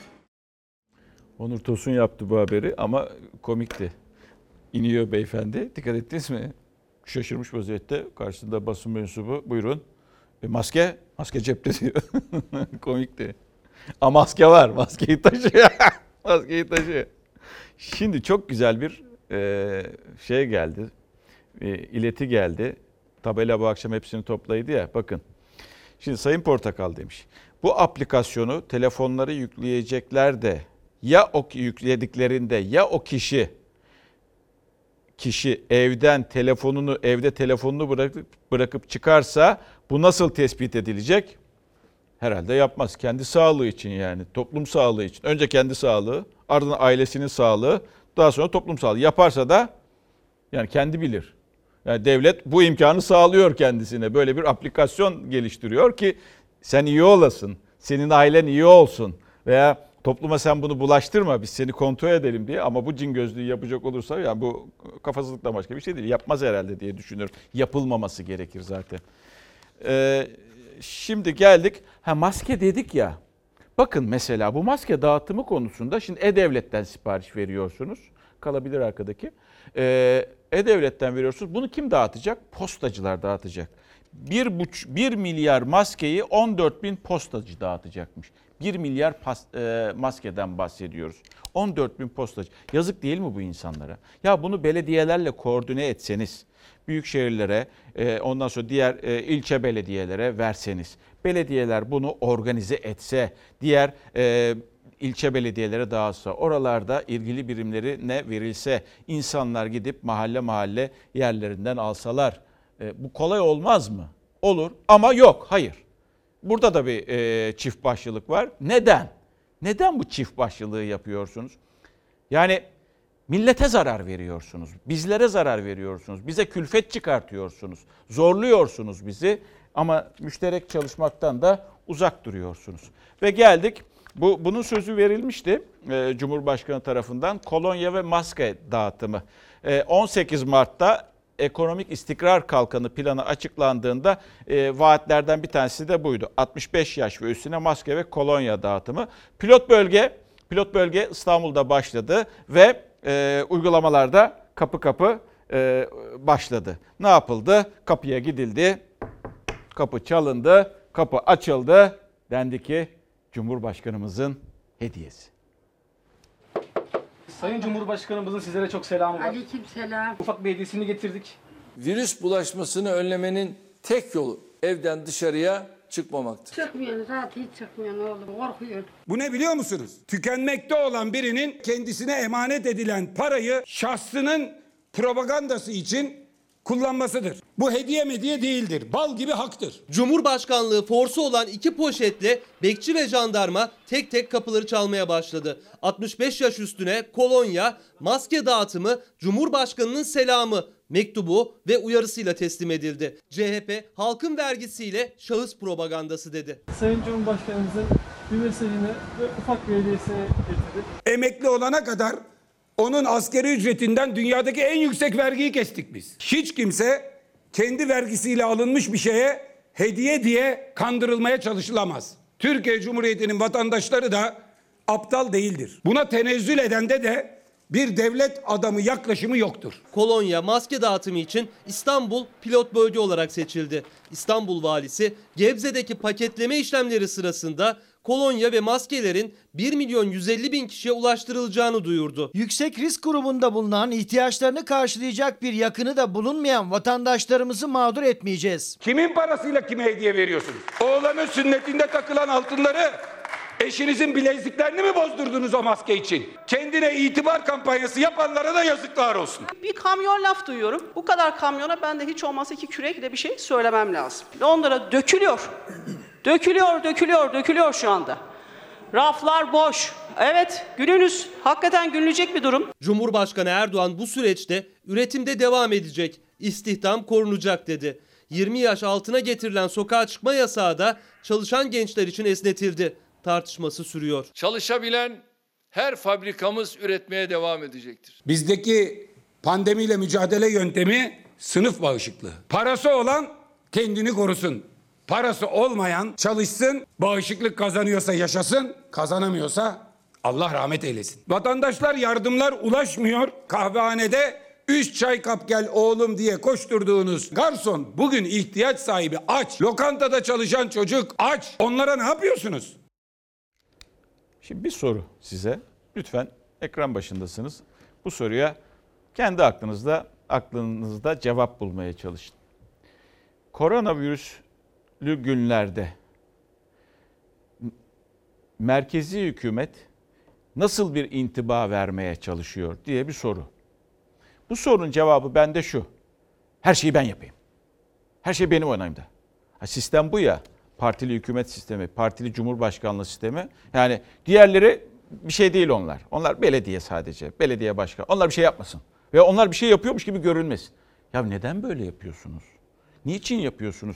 Onur Tosun yaptı bu haberi ama komikti. İniyor beyefendi. Dikkat ettiniz mi? Şaşırmış vaziyette. Karşısında basın mensubu. Buyurun. Maske? Maske cepte diyor. Komikti. Ama maske var. Maskeyi taşıyor. Maskeyi taşıyor. Şimdi çok güzel bir şey geldi. İleti geldi. Tabela bu akşam hepsini toplaydı ya. Bakın. Şimdi Sayın Portakal demiş. Bu aplikasyonu telefonları yükleyecekler de ya o yüklediklerinde ya o kişi evde telefonunu bırakıp çıkarsa bu nasıl tespit edilecek? Herhalde yapmaz. Kendi sağlığı için yani toplum sağlığı için. Önce kendi sağlığı, ardından ailesinin sağlığı, Daha sonra toplum sağlığı yaparsa da yani kendi bilir. Yani devlet bu imkanı sağlıyor kendisine. Böyle bir aplikasyon geliştiriyor ki sen iyi olasın, senin ailen iyi olsun veya topluma sen bunu bulaştırma, biz seni kontrol edelim diye. Ama bu cin gözlüğü yapacak olursa yani bu kafasızlıktan başka bir şey değil. Yapmaz herhalde diye düşünüyorum. Yapılmaması gerekir zaten. Şimdi geldik. Maske dedik ya. Bakın mesela bu maske dağıtımı konusunda şimdi E-Devlet'ten sipariş veriyorsunuz. Kalabilir arkadaki. E-Devlet'ten veriyorsunuz. Bunu kim dağıtacak? Postacılar dağıtacak. 1 milyar maskeyi 14.000 postacı dağıtacakmış. 1 milyar maskeden bahsediyoruz. 14.000 postacı. Yazık değil mi bu insanlara? Ya bunu belediyelerle koordine etseniz, büyük şehirlere, ondan sonra diğer ilçe belediyelere verseniz, belediyeler bunu organize etse, diğer ilçe belediyelere dağıtsa, oralarda ilgili birimlerine verilse, insanlar gidip mahalle mahalle yerlerinden alsalar, bu kolay olmaz mı? Olur ama yok, hayır. Burada da bir çift başlılık var. Neden? Neden bu çift başlılığı yapıyorsunuz? Yani millete zarar veriyorsunuz, bizlere zarar veriyorsunuz, bize külfet çıkartıyorsunuz, zorluyorsunuz bizi ama müşterek çalışmaktan da uzak duruyorsunuz. Ve geldik, bunun sözü verilmişti Cumhurbaşkanı tarafından, kolonya ve maske dağıtımı. 18 Mart'ta Ekonomik İstikrar Kalkanı planı açıklandığında vaatlerden bir tanesi de buydu. 65 yaş ve üstüne maske ve kolonya dağıtımı. Pilot bölge İstanbul'da başladı ve uygulamalarda kapı kapı başladı. Ne yapıldı? Kapıya gidildi, kapı çalındı, kapı açıldı. Dendi ki Cumhurbaşkanımızın hediyesi. Sayın Cumhurbaşkanımızın sizlere çok selamı var. Aleykümselam. Ufak bir hediyesini getirdik. Virüs bulaşmasını önlemenin tek yolu evden dışarıya çıkmamaktır. Çıkmıyorsun zaten, hiç çıkmıyorsun oğlum, korkuyorum. Bu ne biliyor musunuz? Tükenmekte olan birinin kendisine emanet edilen parayı şahsının propagandası için kullanmasıdır. Bu hediye mediye değildir. Bal gibi haktır. Cumhurbaşkanlığı forsu olan 2 poşetle bekçi ve jandarma tek tek kapıları çalmaya başladı. 65 yaş üstüne kolonya, maske dağıtımı, Cumhurbaşkanının selamı, mektubu ve uyarısıyla teslim edildi. CHP halkın vergisiyle şahıs propagandası dedi. Sayın Cumhurbaşkanımızın bir mesajını ve ufak bir hediyesini getirdik. Emekli olana kadar onun asgari ücretinden dünyadaki en yüksek vergiyi kestik biz. Hiç kimse kendi vergisiyle alınmış bir şeye hediye diye kandırılmaya çalışılamaz. Türkiye Cumhuriyeti'nin vatandaşları da aptal değildir. Buna tenezzül edende de bir devlet adamı yaklaşımı yoktur. Kolonya, maske dağıtımı için İstanbul pilot bölge olarak seçildi. İstanbul valisi Gebze'deki paketleme işlemleri sırasında kolonya ve maskelerin 1.150.000 kişiye ulaştırılacağını duyurdu. Yüksek risk grubunda bulunan, ihtiyaçlarını karşılayacak bir yakını da bulunmayan vatandaşlarımızı mağdur etmeyeceğiz. Kimin parasıyla kime hediye veriyorsunuz? Oğlanın sünnetinde takılan altınları, eşinizin bileziklerini mi bozdurdunuz o maske için? Kendine itibar kampanyası yapanlara da yazıklar olsun. Bir kamyon laf duyuyorum. Bu kadar kamyona ben de hiç olmazsa 2 kürekle bir şey söylemem lazım. Ve onlara dökülüyor. Dökülüyor şu anda. Raflar boş. Evet, gününüz hakikaten gülünecek bir durum. Cumhurbaşkanı Erdoğan bu süreçte üretimde devam edecek, istihdam korunacak dedi. 20 yaş altına getirilen sokağa çıkma yasağı da çalışan gençler için esnetildi. Tartışması sürüyor. Çalışabilen her fabrikamız üretmeye devam edecektir. Bizdeki pandemiyle mücadele yöntemi sınıf bağışıklığı. Parası olan kendini korusun. Parası olmayan çalışsın, bağışıklık kazanıyorsa yaşasın, kazanamıyorsa Allah rahmet eylesin. Vatandaşlar yardımlar ulaşmıyor. Kahvehanede 3 çay kap gel oğlum diye koşturduğunuz garson bugün ihtiyaç sahibi aç. Lokantada çalışan çocuk aç. Onlara ne yapıyorsunuz? Şimdi bir soru size. Lütfen ekran başındasınız. Bu soruya kendi aklınızda cevap bulmaya çalışın. Koronavirüslü günlerde merkezi hükümet nasıl bir intiba vermeye çalışıyor diye bir soru. Bu sorunun cevabı bende şu. Her şeyi ben yapayım. Her şey benim onayımda. Sistem bu ya. Partili hükümet sistemi, partili cumhurbaşkanlığı sistemi. Yani diğerleri bir şey değil onlar. Onlar belediye sadece. Belediye başkanı. Onlar bir şey yapmasın. Ve onlar bir şey yapıyormuş gibi görünmesin. Ya neden böyle yapıyorsunuz? Niçin yapıyorsunuz?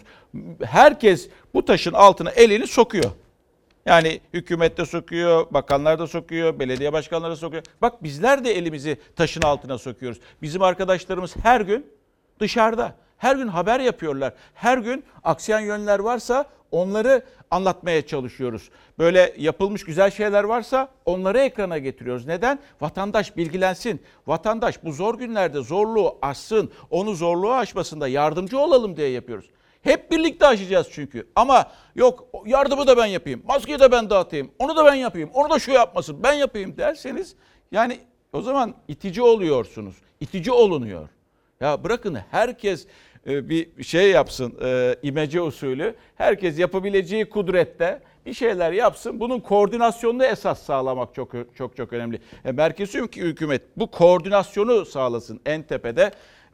Herkes bu taşın altına elini sokuyor. Yani hükümet de sokuyor, bakanlar da sokuyor, belediye başkanları da sokuyor. Bak bizler de elimizi taşın altına sokuyoruz. Bizim arkadaşlarımız her gün dışarıda. Her gün haber yapıyorlar. Her gün aksayan yönler varsa onları anlatmaya çalışıyoruz. Böyle yapılmış güzel şeyler varsa onları ekrana getiriyoruz. Neden? Vatandaş bilgilensin. Vatandaş bu zor günlerde zorluğu aşsın. Onu zorluğu aşmasında yardımcı olalım diye yapıyoruz. Hep birlikte aşacağız çünkü. Ama yok yardımı da ben yapayım, maskeyi de ben dağıtayım, onu da ben yapayım, onu da şu yapmasın, ben yapayım derseniz yani o zaman itici oluyorsunuz. İtici olunuyor. Ya bırakın herkes bir şey yapsın, imece usulü. Herkes yapabileceği kudrette bir şeyler yapsın. Bunun koordinasyonunu esas sağlamak çok önemli. Merkezi hükümet bu koordinasyonu sağlasın en tepede.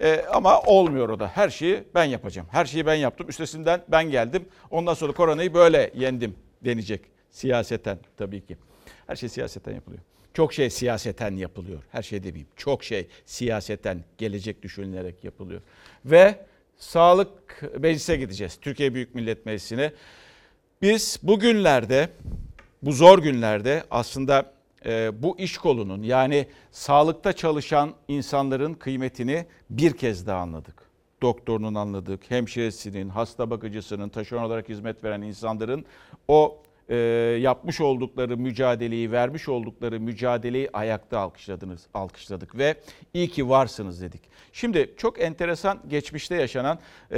Ama olmuyor o da. Her şeyi ben yapacağım. Her şeyi ben yaptım. Üstesinden ben geldim. Ondan sonra koronayı böyle yendim denecek. Siyaseten tabii ki. Her şey siyaseten yapılıyor. Çok şey siyaseten yapılıyor. Her şey demeyeyim. Çok şey siyaseten gelecek düşünülerek yapılıyor. Ve Sağlık Meclisi'ne gideceğiz. Türkiye Büyük Millet Meclisi'ne. Biz bugünlerde, bu zor günlerde aslında bu iş kolunun yani sağlıkta çalışan insanların kıymetini bir kez daha anladık. Doktorunun anladık, hemşiresinin, hasta bakıcısının, taşeron olarak hizmet veren insanların o yapmış oldukları mücadeleyi, vermiş oldukları mücadeleyi ayakta alkışladık ve iyi ki varsınız dedik. Şimdi çok enteresan geçmişte yaşanan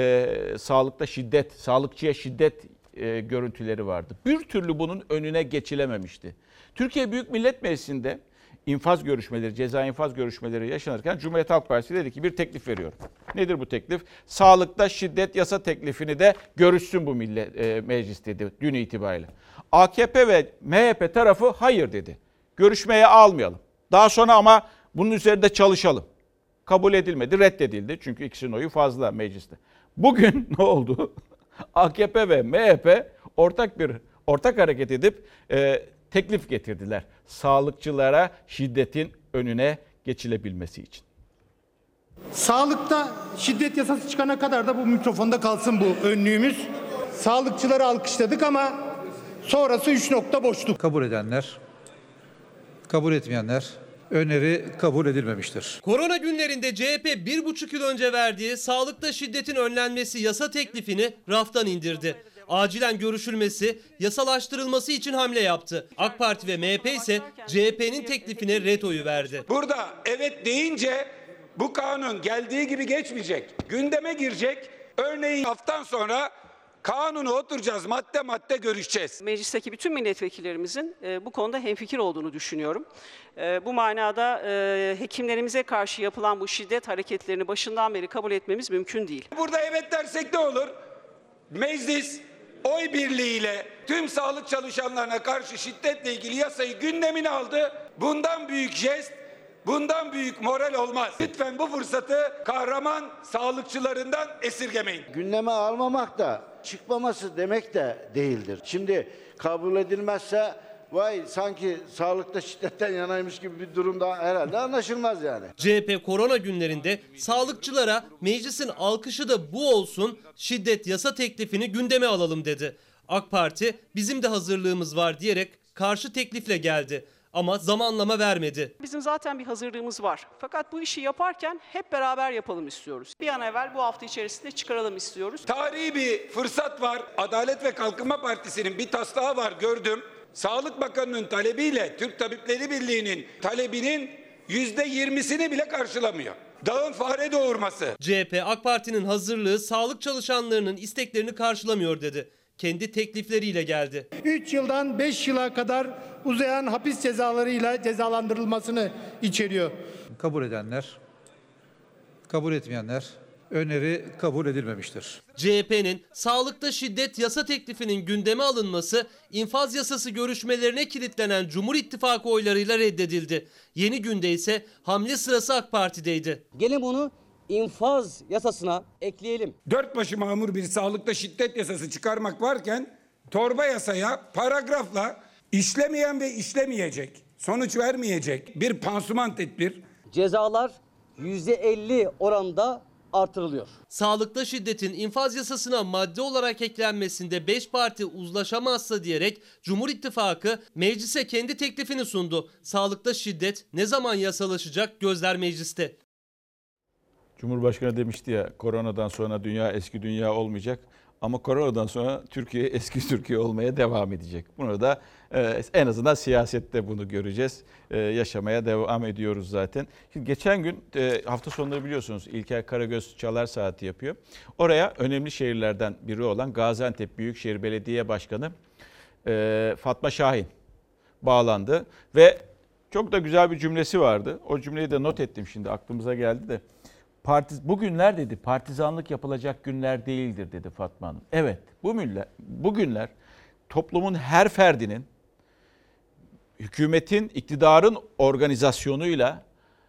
sağlıkta şiddet, sağlıkçıya şiddet görüntüleri vardı. Bir türlü bunun önüne geçilememişti. Türkiye Büyük Millet Meclisi'nde infaz görüşmeleri, ceza infaz görüşmeleri yaşanırken Cumhuriyet Halk Partisi dedi ki bir teklif veriyorum. Nedir bu teklif? Sağlıkta şiddet yasa teklifini de görüşsün bu meclis dedi dün itibariyle. AKP ve MHP tarafı hayır dedi. Görüşmeye almayalım. Daha sonra ama bunun üzerinde çalışalım. Kabul edilmedi, reddedildi. Çünkü ikisinin oyu fazla mecliste. Bugün ne oldu? AKP ve MHP ortak hareket edip teklif getirdiler. Sağlıkçılara şiddetin önüne geçilebilmesi için. Sağlıkta şiddet yasası çıkana kadar da bu mikrofonda kalsın bu önlüğümüz. Sağlıkçıları alkışladık ama sonrası 3 nokta boşluk. Kabul edenler, kabul etmeyenler öneri kabul edilmemiştir. Korona günlerinde CHP 1,5 yıl önce verdiği sağlıkta şiddetin önlenmesi yasa teklifini raftan indirdi. Acilen görüşülmesi, yasalaştırılması için hamle yaptı. AK Parti ve MHP ise CHP'nin teklifine ret oyu verdi. Burada evet deyince bu kanun geldiği gibi geçmeyecek. Gündeme girecek. Örneğin haftadan sonra kanunu oturacağız, madde madde görüşeceğiz. Meclisteki bütün milletvekillerimizin bu konuda hemfikir olduğunu düşünüyorum. Bu manada hekimlerimize karşı yapılan bu şiddet hareketlerini başından beri kabul etmemiz mümkün değil. Burada evet dersek ne olur? Meclis oy birliğiyle tüm sağlık çalışanlarına karşı şiddetle ilgili yasayı gündemine aldı. Bundan büyük jest, bundan büyük moral olmaz. Lütfen bu fırsatı kahraman sağlıkçılarından esirgemeyin. Gündeme almamak da çıkmaması demek de değildir. Şimdi kabul edilmezse vay sanki sağlıkta şiddetten yanaymış gibi bir durumda herhalde anlaşılmaz yani. CHP korona günlerinde sağlıkçılara meclisin alkışı da bu olsun, şiddet yasa teklifini gündeme alalım dedi. AK Parti bizim de hazırlığımız var diyerek karşı teklifle geldi. Ama zamanlama vermedi. Bizim zaten bir hazırlığımız var. Fakat bu işi yaparken hep beraber yapalım istiyoruz. Bir an evvel bu hafta içerisinde çıkaralım istiyoruz. Tarihi bir fırsat var. Adalet ve Kalkınma Partisi'nin bir taslağı var gördüm. Sağlık Bakanı'nın talebiyle Türk Tabipleri Birliği'nin talebinin %20'sini bile karşılamıyor. Dağın fare doğurması. CHP AK Parti'nin hazırlığı sağlık çalışanlarının isteklerini karşılamıyor dedi. Kendi teklifleriyle geldi. 3 yıldan 5 yıla kadar uzayan hapis cezalarıyla cezalandırılmasını içeriyor. Kabul edenler, kabul etmeyenler öneri kabul edilmemiştir. CHP'nin sağlıkta şiddet yasa teklifinin gündeme alınması infaz yasası görüşmelerine kilitlenen Cumhur İttifakı oylarıyla reddedildi. Yeni günde ise hamle sırası AK Parti'deydi. Gelin bunu infaz yasasına ekleyelim. Dört başı mamur bir sağlıkta şiddet yasası çıkarmak varken torba yasaya paragrafla işlemeyen ve işlemeyecek sonuç vermeyecek bir pansuman tedbir. Cezalar %50 oranında artırılıyor. Sağlıkta şiddetin infaz yasasına madde olarak eklenmesinde 5 parti uzlaşamazsa diyerek Cumhur İttifakı meclise kendi teklifini sundu. Sağlıkta şiddet ne zaman yasalaşacak, gözler mecliste. Cumhurbaşkanı demişti ya, koronadan sonra dünya eski dünya olmayacak. Ama koronadan sonra Türkiye eski Türkiye olmaya devam edecek. Bunu da en azından siyasette bunu göreceğiz. Yaşamaya devam ediyoruz zaten. Şimdi geçen gün hafta sonları biliyorsunuz İlker Karagöz Çalar Saati yapıyor. Oraya önemli şehirlerden biri olan Gaziantep Büyükşehir Belediye Başkanı Fatma Şahin bağlandı. Ve çok da güzel bir cümlesi vardı. O cümleyi de not ettim, şimdi aklımıza geldi de. Bugünler dedi partizanlık yapılacak günler değildir dedi Fatma Hanım. Evet, bu günler toplumun her ferdinin, hükümetin, iktidarın organizasyonuyla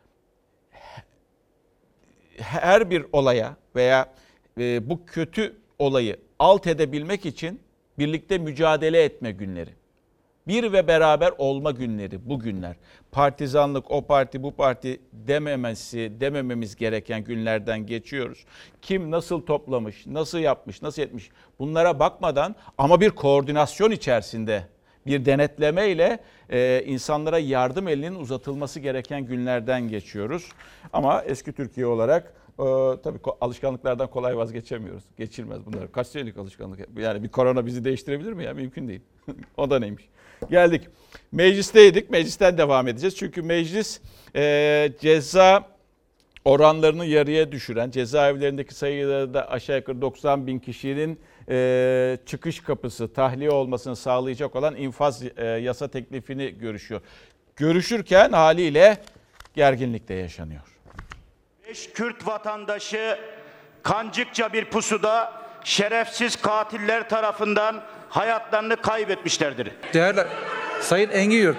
her bir olaya veya bu kötü olayı alt edebilmek için birlikte mücadele etme günleri. Bir ve beraber olma günleri bu günler. Partizanlık, o parti, bu parti demememiz gereken günlerden geçiyoruz. Kim nasıl toplamış, nasıl yapmış, nasıl etmiş bunlara bakmadan ama bir koordinasyon içerisinde, bir denetlemeyle insanlara yardım elinin uzatılması gereken günlerden geçiyoruz. Ama eski Türkiye olarak tabii alışkanlıklardan kolay vazgeçemiyoruz. Geçilmez bunlar. Kaç senelik alışkanlık? Yani bir korona bizi değiştirebilir mi ya? Mümkün değil. O da neymiş? Geldik. Meclisteydik. Meclisten devam edeceğiz. Çünkü meclis ceza oranlarını yarıya düşüren, cezaevlerindeki sayıları da aşağı yukarı 90 bin kişinin çıkış kapısı, tahliye olmasını sağlayacak olan infaz yasa teklifini görüşüyor. Görüşürken haliyle gerginlik de yaşanıyor. 5 Kürt vatandaşı kancıkça bir pusuda şerefsiz katiller tarafından hayatlarını kaybetmişlerdir. Değerli Sayın Engin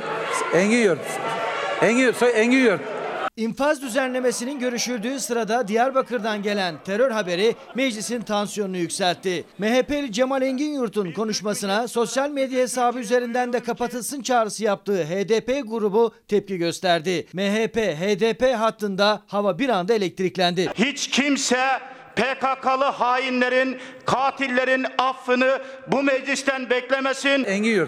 Yurt. İnfaz düzenlemesinin görüşüldüğü sırada Diyarbakır'dan gelen terör haberi meclisin tansiyonunu yükseltti. MHP'li Cemal Engin Yurt'un konuşmasına sosyal medya hesabı üzerinden de kapatılsın çağrısı yaptığı HDP grubu tepki gösterdi. MHP-HDP hattında hava bir anda elektriklendi. Hiç kimse PKK'lı hainlerin, katillerin affını bu meclisten beklemesin. Engin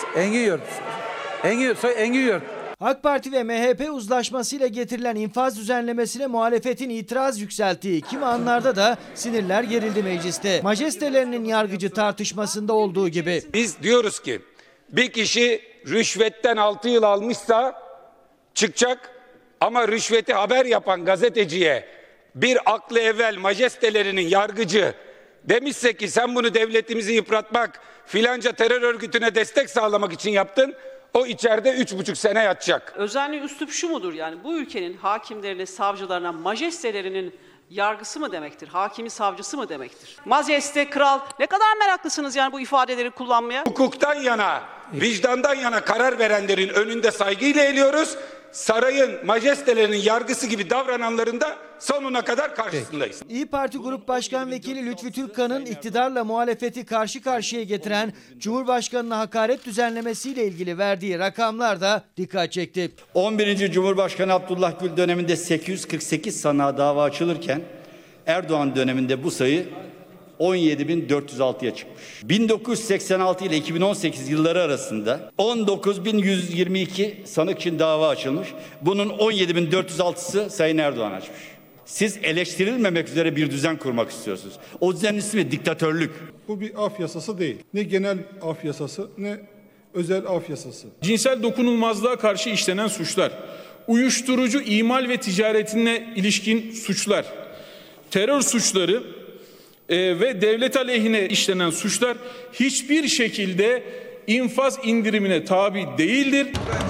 Yurt. AK Parti ve MHP uzlaşmasıyla getirilen infaz düzenlemesine muhalefetin itiraz yükselttiği kimi anlarda da sinirler gerildi mecliste. Majestelerinin yargıcı tartışmasında olduğu gibi. Biz diyoruz ki bir kişi rüşvetten 6 yıl almışsa çıkacak, ama rüşveti haber yapan gazeteciye bir aklı evvel majestelerinin yargıcı demişse ki sen bunu devletimizi yıpratmak, filanca terör örgütüne destek sağlamak için yaptın, o içeride 3,5 sene yatacak. Özenli üslup şu mudur, yani bu ülkenin hakimlerine, savcılarına majestelerinin yargısı mı demektir, hakimi savcısı mı demektir? Majeste, kral, ne kadar meraklısınız yani bu ifadeleri kullanmaya? Hukuktan yana, vicdandan yana karar verenlerin önünde saygıyla eğiliyoruz. Sarayın majestelerinin yargısı gibi davrananların da sonuna kadar karşısındayız. İYİ Parti Grup Başkan Vekili Lütfü Türkkan'ın iktidarla muhalefeti karşı karşıya getiren Cumhurbaşkanı'na hakaret düzenlemesiyle ilgili verdiği rakamlar da dikkat çekti. 11. Cumhurbaşkanı Abdullah Gül döneminde 848 sanığa dava açılırken Erdoğan döneminde bu sayı 17.406'ya çıkmış. 1986 ile 2018 yılları arasında 19.122 sanık için dava açılmış. Bunun 17.406'sı Sayın Erdoğan açmış. Siz eleştirilmemek üzere bir düzen kurmak istiyorsunuz. O düzenin ismi diktatörlük. Bu bir af yasası değil. Ne genel af yasası ne özel af yasası. Cinsel dokunulmazlığa karşı işlenen suçlar, uyuşturucu imal ve ticaretine ilişkin suçlar, terör suçları ve devlet aleyhine işlenen suçlar hiçbir şekilde infaz indirimine tabi değildir.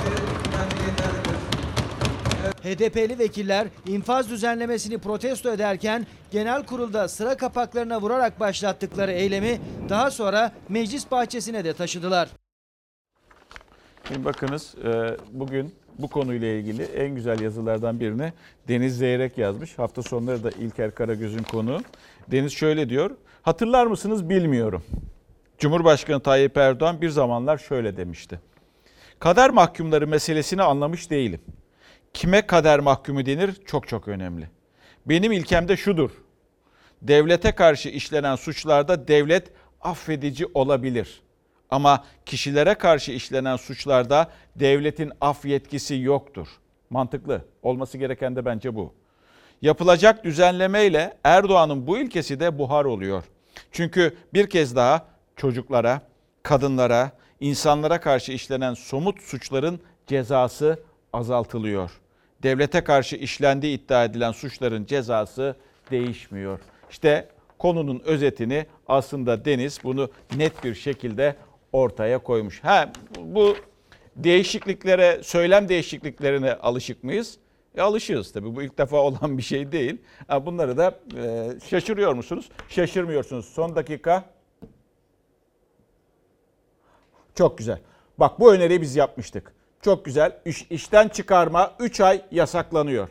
HDP'li vekiller infaz düzenlemesini protesto ederken genel kurulda sıra kapaklarına vurarak başlattıkları eylemi daha sonra meclis bahçesine de taşıdılar. Şimdi bakınız, bugün bu konuyla ilgili en güzel yazılardan birini Deniz Zeyrek yazmış. Hafta sonları da İlker Karagöz'ün konuğu. Deniz şöyle diyor: hatırlar mısınız bilmiyorum. Cumhurbaşkanı Tayyip Erdoğan bir zamanlar şöyle demişti: Kader mahkumları meselesini anlamış değilim. Kime kader mahkumu denir çok çok önemli. Benim ilkem de şudur. Devlete karşı işlenen suçlarda devlet affedici olabilir. Ama kişilere karşı işlenen suçlarda devletin af yetkisi yoktur. Mantıklı. Olması gereken de bence bu. Yapılacak düzenlemeyle Erdoğan'ın bu ilkesi de buhar oluyor. Çünkü bir kez daha çocuklara, kadınlara, insanlara karşı işlenen somut suçların cezası azaltılıyor. Devlete karşı işlendiği iddia edilen suçların cezası değişmiyor. İşte konunun özetini aslında Deniz bunu net bir şekilde ortaya koymuş. Bu değişikliklere, söylem değişikliklerine alışık mıyız? Alışığız tabii. Bu ilk defa olan bir şey değil. Bunları da şaşırıyor musunuz? Şaşırmıyorsunuz. Son dakika. Çok güzel. Bak bu öneriyi biz yapmıştık. Çok güzel. İşten çıkarma 3 ay yasaklanıyor.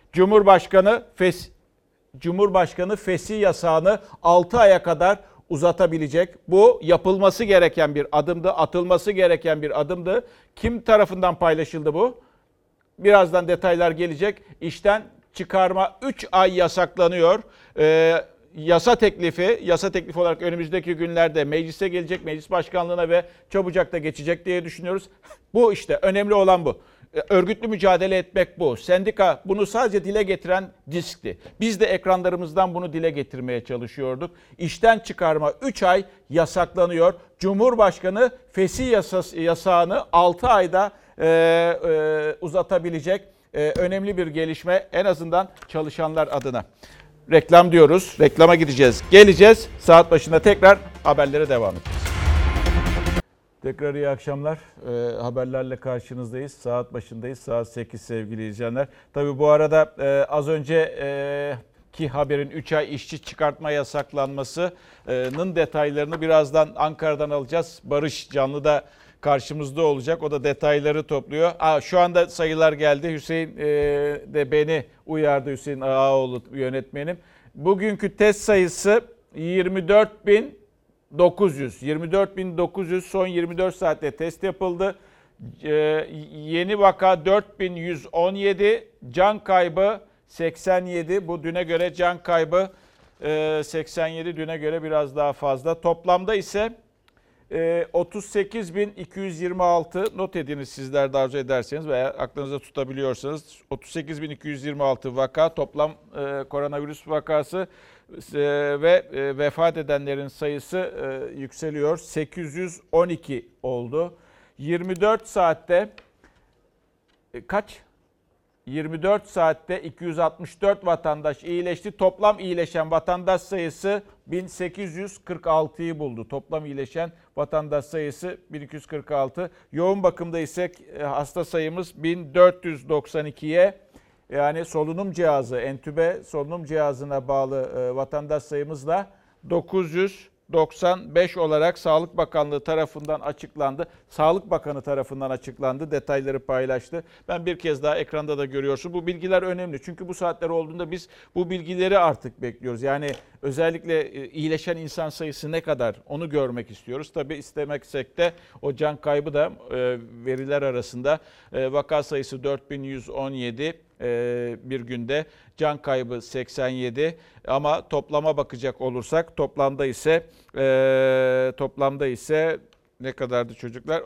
Cumhurbaşkanı fesih yasağını 6 aya kadar uzatabilecek. Bu yapılması gereken bir adımdı, atılması gereken bir adımdı. Kim tarafından paylaşıldı bu? Birazdan detaylar gelecek. İşten çıkarma 3 ay yasaklanıyor. Yasa teklifi olarak önümüzdeki günlerde meclise gelecek, meclis başkanlığına ve çabucak da geçecek diye düşünüyoruz. Bu işte önemli olan bu. Örgütlü mücadele etmek bu. Sendika bunu sadece dile getiren DİSK'ti. Biz de ekranlarımızdan bunu dile getirmeye çalışıyorduk. İşten çıkarma 3 ay yasaklanıyor. Cumhurbaşkanı fesih yasağını 6 ayda uzatabilecek önemli bir gelişme en azından çalışanlar adına. Reklam diyoruz. Reklama gideceğiz. Geleceğiz. Saat başında tekrar haberlere devam edeceğiz. Tekrar iyi akşamlar. Haberlerle karşınızdayız. Saat başındayız. Saat 8 sevgili izleyenler. Tabii bu arada az önceki haberin 3 ay işçi çıkartma yasaklanmasının detaylarını birazdan Ankara'dan alacağız. Barış Canlı'da karşımızda olacak. O da detayları topluyor. Şu anda sayılar geldi. Hüseyin de beni uyardı. Hüseyin Ağaoğlu yönetmenim. Bugünkü test sayısı 24.900. 24.900 son 24 saatte test yapıldı. Yeni vaka 4.117. Can kaybı 87. Bu düne göre can kaybı 87. Düne göre biraz daha fazla. Toplamda ise 38.226 not ediniz sizler de arzu ederseniz veya aklınızda tutabiliyorsanız 38.226 vaka toplam koronavirüs vakası ve vefat edenlerin sayısı yükseliyor. 812 oldu. 24 saatte kaç? 24 saatte 264 vatandaş iyileşti. Toplam iyileşen vatandaş sayısı 1846'yı buldu. Toplam iyileşen vatandaş sayısı 1246. Yoğun bakımda ise hasta sayımız 1492'ye yani solunum cihazı, entübe solunum cihazına bağlı vatandaş sayımızla 995 olarak Sağlık Bakanlığı tarafından açıklandı. Sağlık Bakanı tarafından açıklandı. Detayları paylaştı. Ben bir kez daha ekranda da görüyorsun. Bu bilgiler önemli. Çünkü bu saatler olduğunda biz bu bilgileri artık bekliyoruz. Yani özellikle iyileşen insan sayısı ne kadar onu görmek istiyoruz. Tabii istemeksek de o can kaybı da veriler arasında vaka sayısı 4117 bir günde, can kaybı 87 ama toplama bakacak olursak toplamda ise ne kadardı çocuklar?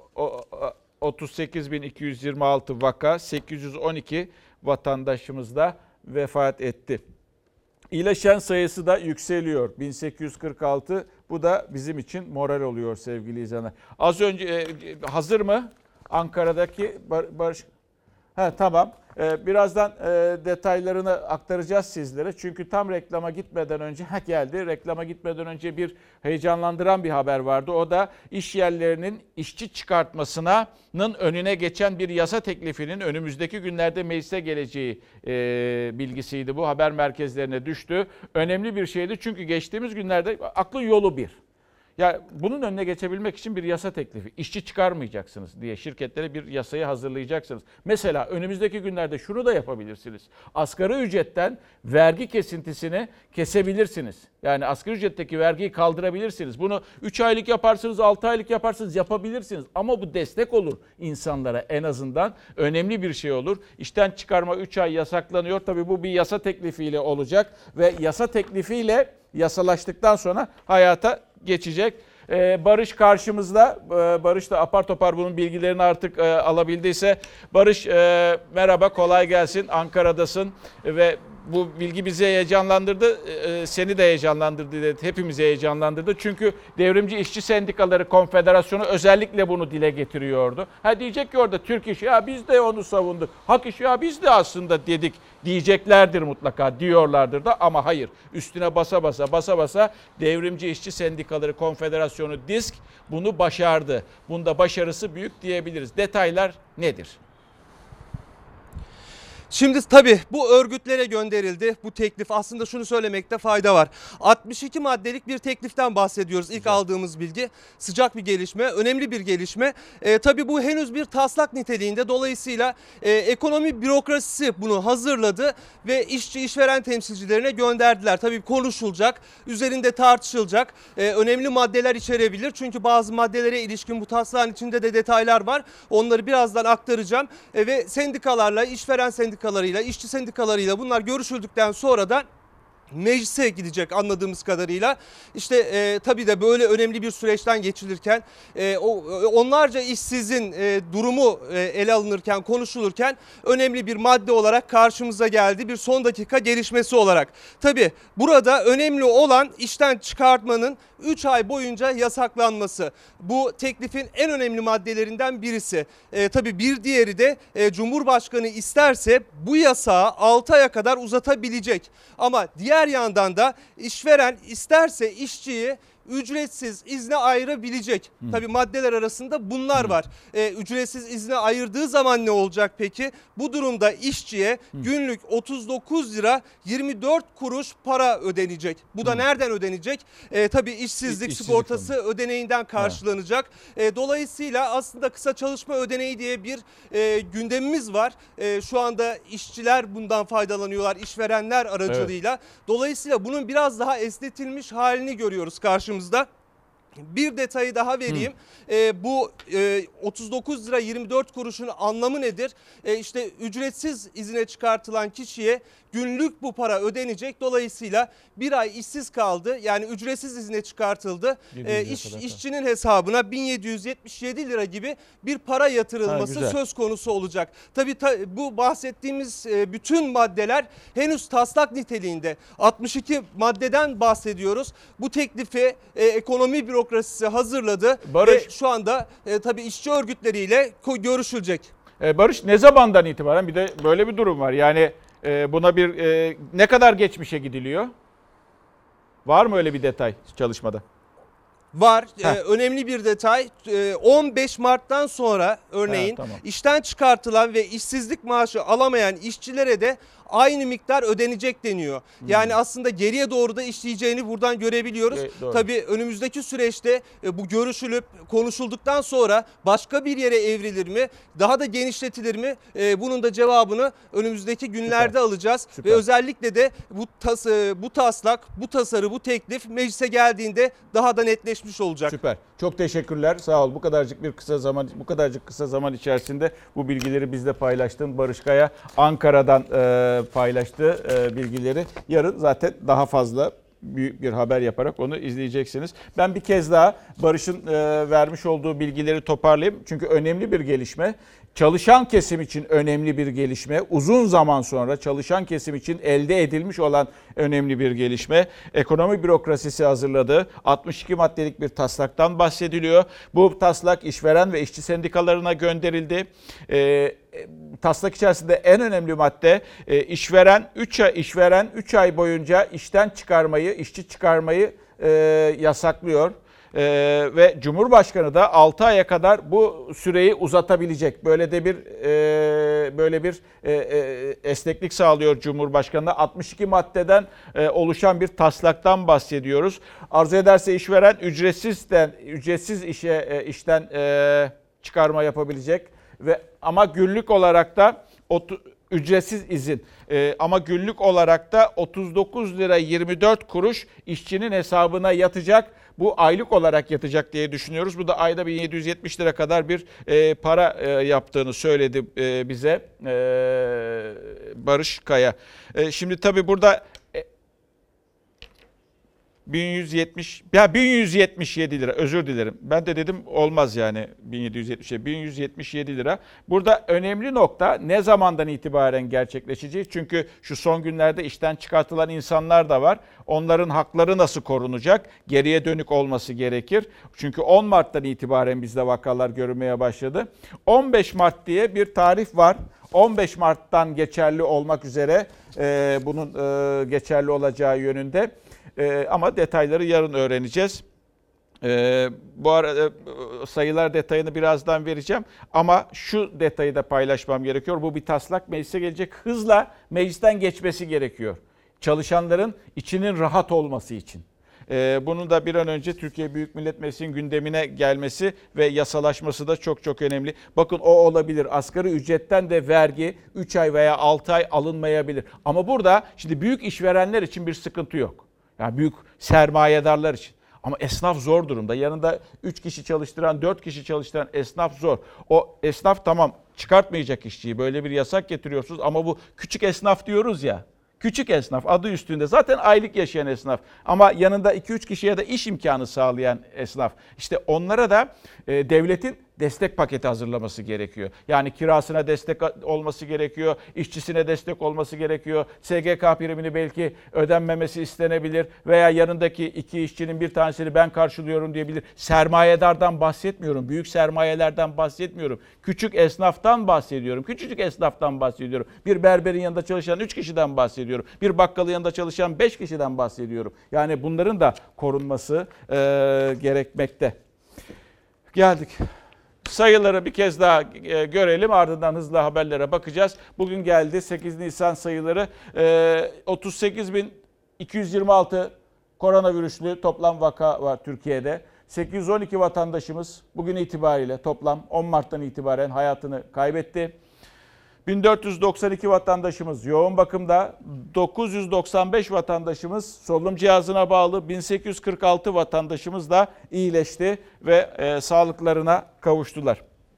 38.226 vaka, 812 vatandaşımız da vefat etti. İyileşen sayısı da yükseliyor. 1846. Bu da bizim için moral oluyor sevgili izleyenler. Az önce hazır mı? Ankara'daki Barış... Tamam. Birazdan detaylarını aktaracağız sizlere. Çünkü tam reklama gitmeden önce geldi. Reklama gitmeden önce bir heyecanlandıran bir haber vardı. O da iş yerlerinin işçi çıkartmasının önüne geçen bir yasa teklifinin önümüzdeki günlerde meclise geleceği bilgisiydi. Bu haber merkezlerine düştü. Önemli bir şeydi çünkü geçtiğimiz günlerde aklın yolu bir. Ya bunun önüne geçebilmek için bir yasa teklifi. İşçi çıkarmayacaksınız diye şirketlere bir yasayı hazırlayacaksınız. Mesela önümüzdeki günlerde şunu da yapabilirsiniz. Asgari ücretten vergi kesintisini kesebilirsiniz. Yani asgari ücretteki vergiyi kaldırabilirsiniz. Bunu 3 aylık yaparsınız, 6 aylık yaparsınız, yapabilirsiniz. Ama bu destek olur insanlara, en azından önemli bir şey olur. İşten çıkarma 3 ay yasaklanıyor. Tabii bu bir yasa teklifiyle olacak ve yasa teklifiyle yasalaştıktan sonra hayata geçecek. Barış karşımızda. Barış da apar topar bunun bilgilerini artık alabildiyse. Barış merhaba, kolay gelsin. Ankara'dasın ve bu bilgi bizi heyecanlandırdı. Seni de heyecanlandırdı. Hepimizi heyecanlandırdı. Çünkü Devrimci İşçi Sendikaları Konfederasyonu özellikle bunu dile getiriyordu. Diyecek ki orada Türk İş, ya biz de onu savunduk. Hak İş, ya biz de aslında dedik diyeceklerdir mutlaka, diyorlardır da, ama hayır. Üstüne basa basa Devrimci İşçi Sendikaları Konfederasyonu DİSK bunu başardı. Bunda başarısı büyük diyebiliriz. Detaylar nedir? Şimdi tabii bu örgütlere gönderildi bu teklif. Aslında şunu söylemekte fayda var. 62 maddelik bir tekliften bahsediyoruz. İlk aldığımız bilgi sıcak bir gelişme, önemli bir gelişme. Tabii bu henüz bir taslak niteliğinde. Dolayısıyla ekonomi bürokrasisi bunu hazırladı ve işçi işveren temsilcilerine gönderdiler. Tabii konuşulacak, üzerinde tartışılacak, önemli maddeler içerebilir. Çünkü bazı maddelere ilişkin bu taslağın içinde de detaylar var. Onları birazdan aktaracağım. Ve sendikalarla, işveren sendikalarıyla, işçi sendikalarıyla bunlar görüşüldükten sonra da meclise gidecek anladığımız kadarıyla. İşte tabii de böyle önemli bir süreçten geçilirken onlarca işsizin durumu ele alınırken, konuşulurken önemli bir madde olarak karşımıza geldi. Bir son dakika gelişmesi olarak. Tabii burada önemli olan işten çıkartmanın 3 ay boyunca yasaklanması. Bu teklifin en önemli maddelerinden birisi. Tabii bir diğeri de Cumhurbaşkanı isterse bu yasağı 6 aya kadar uzatabilecek. Ama diğer yandan da işveren isterse işçiyi ücretsiz izne ayırabilecek. Tabii maddeler arasında bunlar var. Ücretsiz izne ayırdığı zaman ne olacak peki? Bu durumda işçiye günlük 39 lira 24 kuruş para ödenecek. Bu da nereden ödenecek? Tabii işsizlik sigortası ödeneğinden karşılanacak. Dolayısıyla aslında kısa çalışma ödeneği diye bir gündemimiz var. Şu anda işçiler bundan faydalanıyorlar, işverenler aracılığıyla. Evet. Dolayısıyla bunun biraz daha esnetilmiş halini görüyoruz karşımızda. Bir detayı daha vereyim. Bu 39 lira 24 kuruşun anlamı nedir? İşte ücretsiz izine çıkartılan kişiye günlük bu para ödenecek. Dolayısıyla bir ay işsiz kaldı. Yani ücretsiz izine çıkartıldı. İşçinin hesabına 1777 lira gibi bir para yatırılması söz konusu olacak. Tabii bu bahsettiğimiz bütün maddeler henüz taslak niteliğinde. 62 maddeden bahsediyoruz. Bu teklifi ekonomi bürokrasisi hazırladı. Barış, ve şu anda tabii işçi örgütleriyle görüşülecek. Barış, ne zamandan itibaren, bir de böyle bir durum var. Yani buna bir ne kadar geçmişe gidiliyor? Var mı öyle bir detay çalışmada? Var. Önemli bir detay. 15 Mart'tan sonra örneğin işten çıkartılan ve işsizlik maaşı alamayan işçilere de aynı miktar ödenecek deniyor. Yani aslında geriye doğru da işleyeceğini buradan görebiliyoruz. Tabii önümüzdeki süreçte bu görüşülüp konuşulduktan sonra başka bir yere evrilir mi? Daha da genişletilir mi? Bunun da cevabını önümüzdeki günlerde alacağız. Ve özellikle de bu taslak, bu tasarı, bu teklif meclise geldiğinde daha da netleşmiş olacak. Süper. Çok teşekkürler. Sağ ol. Bu kadarcık kısa zaman içerisinde bu bilgileri bizle paylaştın. Barış Kaya Ankara'dan paylaştı bilgileri. Yarın zaten daha fazla büyük bir haber yaparak onu izleyeceksiniz. Ben bir kez daha Barış'ın vermiş olduğu bilgileri toparlayayım. Çünkü önemli bir gelişme. Çalışan kesim için önemli bir gelişme. Uzun zaman sonra çalışan kesim için elde edilmiş olan önemli bir gelişme. Ekonomi bürokrasisi hazırladı. 62 maddelik bir taslaktan bahsediliyor. Bu taslak işveren ve işçi sendikalarına gönderildi. Taslak içerisinde en önemli madde işveren 3 ay boyunca işten çıkarmayı, işçi çıkarmayı yasaklıyor. Ve Cumhurbaşkanı da 6 aya kadar bu süreyi uzatabilecek. Böyle bir esneklik sağlıyor Cumhurbaşkanı'na. 62 maddeden oluşan bir taslaktan bahsediyoruz. Arzu ederse işveren ücretsiz işten çıkarma yapabilecek ama günlük olarak da ücretsiz izin ama günlük olarak da 39 lira 24 kuruş işçinin hesabına yatacak. Bu aylık olarak yatacak diye düşünüyoruz. Bu da ayda 1770 lira kadar bir para yaptığını söyledi bize Barış Kaya. Şimdi tabii burada 1177 lira, özür dilerim. Ben de dedim olmaz yani 1177 lira. Burada önemli nokta ne zamandan itibaren gerçekleşeceği. Çünkü şu son günlerde işten çıkartılan insanlar da var. Onların hakları nasıl korunacak? Geriye dönük olması gerekir. Çünkü 10 Mart'tan itibaren bizde vakalar görülmeye başladı. 15 Mart diye bir tarih var. 15 Mart'tan geçerli olmak üzere bunun geçerli olacağı yönünde. Ama detayları yarın öğreneceğiz. Bu arada sayılar detayını birazdan vereceğim. Ama şu detayı da paylaşmam gerekiyor. Bu bir taslak, meclise gelecek, hızla meclisten geçmesi gerekiyor. Çalışanların içinin rahat olması için. Bunun da bir an önce Türkiye Büyük Millet Meclisi'nin gündemine gelmesi ve yasalaşması da çok çok önemli. Bakın o olabilir. Asgari ücretten de vergi 3 ay veya 6 ay alınmayabilir. Ama burada şimdi büyük işverenler için bir sıkıntı yok. Yani büyük sermayedarlar için. Ama esnaf zor durumda. Yanında 3 kişi çalıştıran, 4 kişi çalıştıran esnaf zor. O esnaf tamam çıkartmayacak işçiyi. Böyle bir yasak getiriyorsunuz ama bu küçük esnaf diyoruz ya. Küçük esnaf adı üstünde zaten aylık yaşayan esnaf. Ama yanında 2-3 kişiye de iş imkanı sağlayan esnaf. İşte onlara da devletin destek paketi hazırlaması gerekiyor. Yani kirasına destek olması gerekiyor, işçisine destek olması gerekiyor. SGK primini belki ödenmemesi istenebilir veya yanındaki 2 işçinin bir tanesini ben karşılıyorum diyebilir. Sermayedardan bahsetmiyorum, büyük sermayelerden bahsetmiyorum. Küçük esnaftan bahsediyorum, küçücük esnaftan bahsediyorum. Bir berberin yanında çalışan 3 kişiden bahsediyorum. Bir bakkalın yanında çalışan 5 kişiden bahsediyorum. Yani bunların da korunması gerekmekte. Geldik. Sayıları bir kez daha görelim, ardından hızlı haberlere bakacağız. Bugün geldi 8 Nisan sayıları 38.226 koronavirüslü toplam vaka var Türkiye'de. 812 vatandaşımız bugün itibariyle toplam 10 Mart'tan itibaren hayatını kaybetti. 1492 vatandaşımız yoğun bakımda, 995 vatandaşımız solunum cihazına bağlı, 1846 vatandaşımız da iyileşti ve sağlıklarına kavuştular.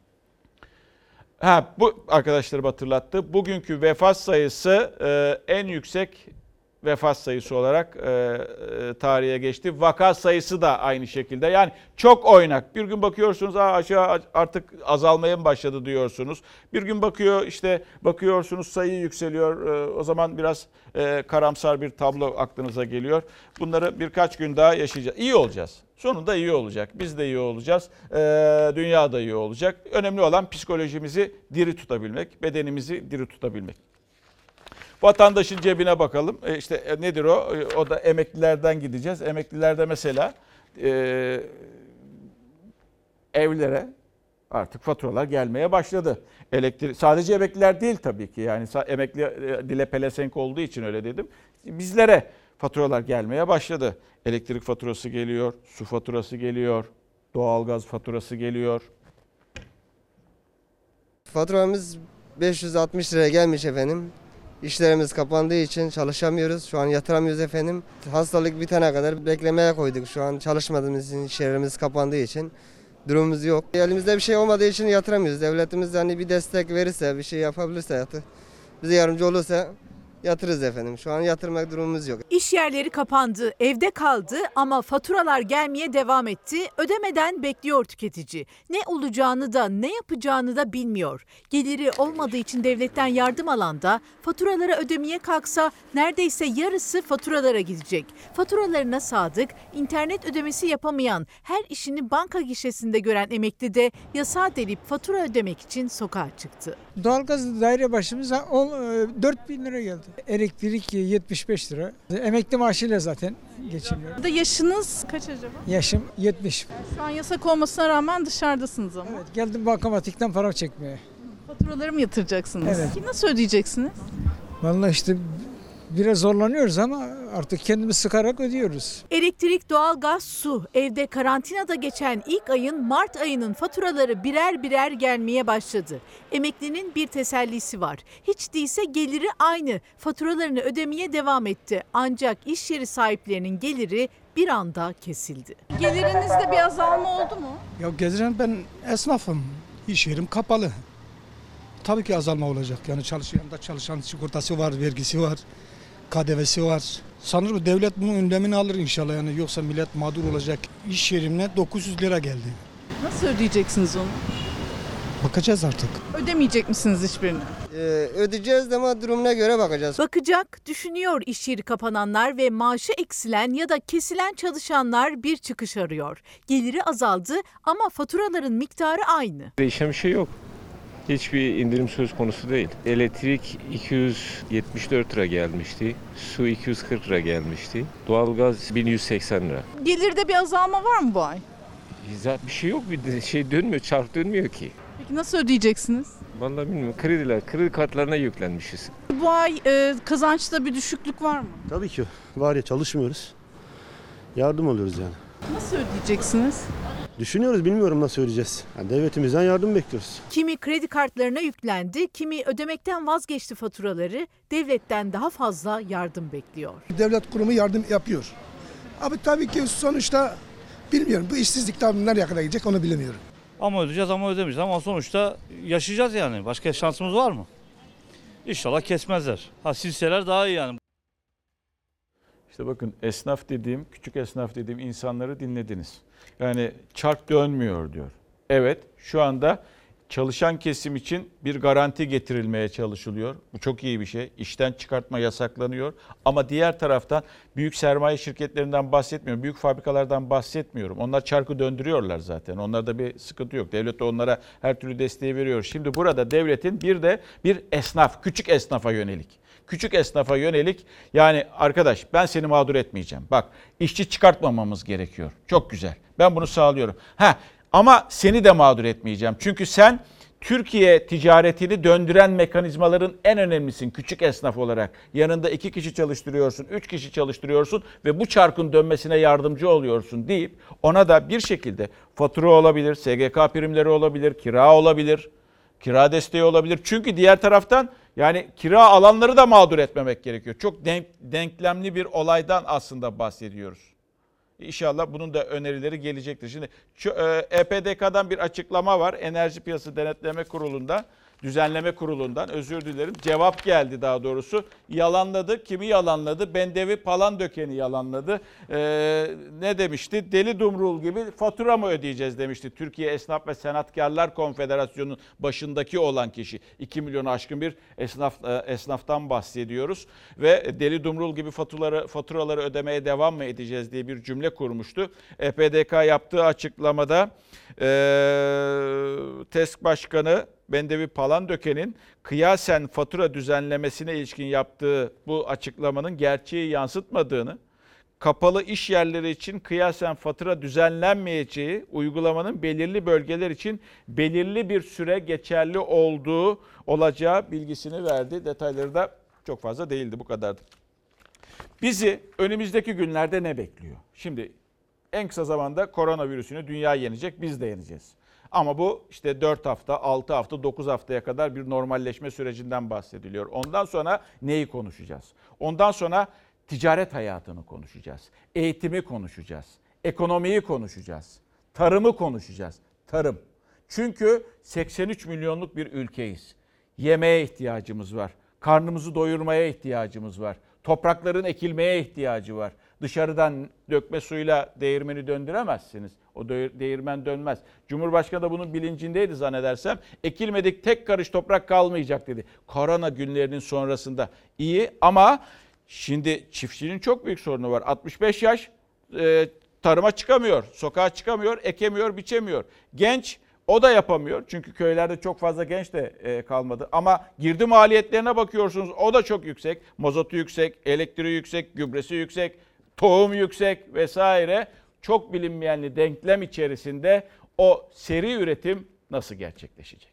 Bu arkadaşlarım hatırlattı. Bugünkü vefat sayısı en yüksek vefat sayısı olarak tarihe geçti. Vaka sayısı da aynı şekilde. Yani çok oynak. Bir gün bakıyorsunuz aşağı artık azalmaya mı başladı diyorsunuz. Bir gün bakıyorsunuz sayı yükseliyor. O zaman biraz karamsar bir tablo aklınıza geliyor. Bunları birkaç gün daha yaşayacağız. İyi olacağız. Sonunda iyi olacak. Biz de iyi olacağız. Dünya da iyi olacak. Önemli olan psikolojimizi diri tutabilmek, bedenimizi diri tutabilmek. Vatandaşın cebine bakalım. Nedir o? O da emeklilerden gideceğiz. Emeklilerde mesela evlere artık faturalar gelmeye başladı. Sadece emekliler değil tabii ki. Yani emekli dile pelesenk olduğu için öyle dedim. Bizlere faturalar gelmeye başladı. Elektrik faturası geliyor, su faturası geliyor, doğalgaz faturası geliyor. Faturamız 560 liraya gelmiş efendim. İşlerimiz kapandığı için çalışamıyoruz. Şu an yatıramıyoruz efendim. Hastalık bitene kadar beklemeye koyduk. Şu an çalışmadığımız için, işlerimiz kapandığı için durumumuz yok. Elimizde bir şey olmadığı için yatıramıyoruz. Devletimiz bir destek verirse, bir şey yapabilirse, bize yardımcı olursa yatırırız efendim. Şu an yatırmak durumumuz yok. İş yerleri kapandı, evde kaldı ama faturalar gelmeye devam etti. Ödemeden bekliyor tüketici. Ne olacağını da ne yapacağını da bilmiyor. Geliri olmadığı için devletten yardım alan da faturaları ödemeye kalksa neredeyse yarısı faturalara gidecek. Faturalarına sadık, internet ödemesi yapamayan, her işini banka gişesinde gören emekli de yasağı delip fatura ödemek için sokağa çıktı. Doğalgaz daire başımıza 4.000 lira geldi. Elektrik 75 lira. Emekli maaşıyla zaten geçiniyorum. Burada yaşınız kaç acaba? Yaşım 70. Şu an yasak olmasına rağmen dışarıdasınız ama. Evet, geldim bankamatikten para çekmeye. Faturaları mı yatıracaksınız? Evet. Peki nasıl ödeyeceksiniz? Vallahi işte biraz zorlanıyoruz ama artık kendimiz sıkarak ödüyoruz. Elektrik, doğalgaz, su. Evde karantinada geçen ilk ayın Mart ayının faturaları birer birer gelmeye başladı. Emeklinin bir tesellisi var. Hiç değilse geliri aynı. Faturalarını ödemeye devam etti. Ancak iş yeri sahiplerinin geliri bir anda kesildi. Gelirinizde bir azalma oldu mu? Ya geziren ben esnafım. İş yerim kapalı. Tabii ki azalma olacak. Yani çalışan sigortası var, vergisi var, KDV'si var. Sanırım devlet bunun önlemini alır inşallah. Yani yoksa millet mağdur olacak. İş yerimle 900 lira geldi. Nasıl ödeyeceksiniz onu? Bakacağız artık. Ödemeyecek misiniz hiçbirini? Ödeyeceğiz ama durumuna göre bakacağız. Bakacak, düşünüyor iş yeri kapananlar ve maaşı eksilen ya da kesilen çalışanlar bir çıkış arıyor. Geliri azaldı ama faturaların miktarı aynı. Değişen bir şey yok. Hiçbir indirim söz konusu değil. Elektrik 274 lira gelmişti. Su 240 lira gelmişti. Doğalgaz 1180 lira. Gelirde bir azalma var mı bu ay? Bir şey yok, bir şey dönmüyor, çark dönmüyor ki. Peki nasıl ödeyeceksiniz? Vallahi bilmiyorum, kredi kartlarına yüklenmişiz. Bu ay kazançta bir düşüklük var mı? Tabii ki var ya, çalışmıyoruz. Yardım alıyoruz yani. Nasıl ödeyeceksiniz? Düşünüyoruz, bilmiyorum nasıl ödeyeceğiz. Yani devletimizden yardım bekliyoruz. Kimi kredi kartlarına yüklendi, kimi ödemekten vazgeçti faturaları, devletten daha fazla yardım bekliyor. Devlet kurumu yardım yapıyor. Abi tabii ki sonuçta bilmiyorum, bu işsizlik tabii nereye kadar gidecek onu bilemiyorum. Ama ödeyeceğiz ama ödemeyeceğiz ama sonuçta yaşayacağız yani. Başka şansımız var mı? İnşallah kesmezler. Silseler daha iyi yani. İşte bakın, esnaf dediğim, küçük esnaf dediğim insanları dinlediniz. Yani çark dönmüyor diyor. Evet, şu anda çalışan kesim için bir garanti getirilmeye çalışılıyor. Bu çok iyi bir şey. İşten çıkartma yasaklanıyor. Ama diğer taraftan büyük sermaye şirketlerinden bahsetmiyorum. Büyük fabrikalardan bahsetmiyorum. Onlar çarkı döndürüyorlar zaten. Onlarda bir sıkıntı yok. Devlet de onlara her türlü desteği veriyor. Şimdi burada devletin bir esnaf, küçük esnafa yönelik. Küçük esnafa yönelik, yani arkadaş ben seni mağdur etmeyeceğim. Bak, işçi çıkartmamamız gerekiyor. Çok güzel. Ben bunu sağlıyorum. Ama seni de mağdur etmeyeceğim. Çünkü sen Türkiye ticaretini döndüren mekanizmaların en önemlisin küçük esnaf olarak. Yanında 2 kişi çalıştırıyorsun, 3 kişi çalıştırıyorsun ve bu çarkın dönmesine yardımcı oluyorsun deyip ona da bir şekilde fatura olabilir, SGK primleri olabilir, kira olabilir, kira desteği olabilir. Çünkü diğer taraftan yani kira alanları da mağdur etmemek gerekiyor. Çok denklemli bir olaydan aslında bahsediyoruz. İnşallah bunun da önerileri gelecektir. Şimdi EPDK'dan bir açıklama var. Enerji Piyasası Denetleme Kurulu'ndan, Düzenleme Kurulu'ndan, özür dilerim. Cevap geldi daha doğrusu. Yalanladı. Kimi yalanladı? Bendevi Palandöken'i yalanladı. Ne demişti? Deli Dumrul gibi fatura mı ödeyeceğiz demişti. Türkiye Esnaf ve Sanatkarlar Konfederasyonu'nun başındaki olan kişi. 2 milyonu aşkın bir esnaftan bahsediyoruz. Ve Deli Dumrul gibi faturaları ödemeye devam mı edeceğiz diye bir cümle kurmuştu. EPDK yaptığı açıklamada TESK Başkanı Bendevi Palandöken'in kıyasen fatura düzenlemesine ilişkin yaptığı bu açıklamanın gerçeği yansıtmadığını, kapalı iş yerleri için kıyasen fatura düzenlenmeyeceği, uygulamanın belirli bölgeler için belirli bir süre geçerli olacağı bilgisini verdi. Detayları da çok fazla değildi, bu kadardı. Bizi önümüzdeki günlerde ne bekliyor? Şimdi en kısa zamanda koronavirüsünü dünya yenecek, biz de yeneceğiz. Ama bu işte 4 hafta, 6 hafta, 9 haftaya kadar bir normalleşme sürecinden bahsediliyor. Ondan sonra neyi konuşacağız? Ondan sonra ticaret hayatını konuşacağız. Eğitimi konuşacağız. Ekonomiyi konuşacağız. Tarımı konuşacağız. Tarım. Çünkü 83 milyonluk bir ülkeyiz. Yemeğe ihtiyacımız var. Karnımızı doyurmaya ihtiyacımız var. Toprakların ekilmeye ihtiyacı var. Dışarıdan dökme suyla değirmeni döndüremezsiniz. O değirmen dönmez. Cumhurbaşkanı da bunun bilincindeydi zannedersem. Ekilmedik tek karış toprak kalmayacak dedi. Korona günlerinin sonrasında iyi ama şimdi çiftçinin çok büyük sorunu var. 65 yaş tarıma çıkamıyor, sokağa çıkamıyor, ekemiyor, biçemiyor. Genç O da yapamıyor çünkü köylerde çok fazla genç de kalmadı. Ama girdi maliyetlerine bakıyorsunuz, o da çok yüksek. Mazotu yüksek, elektriği yüksek, gübresi yüksek, tohum yüksek vesaire. Çok bilinmeyenli denklem içerisinde o seri üretim nasıl gerçekleşecek?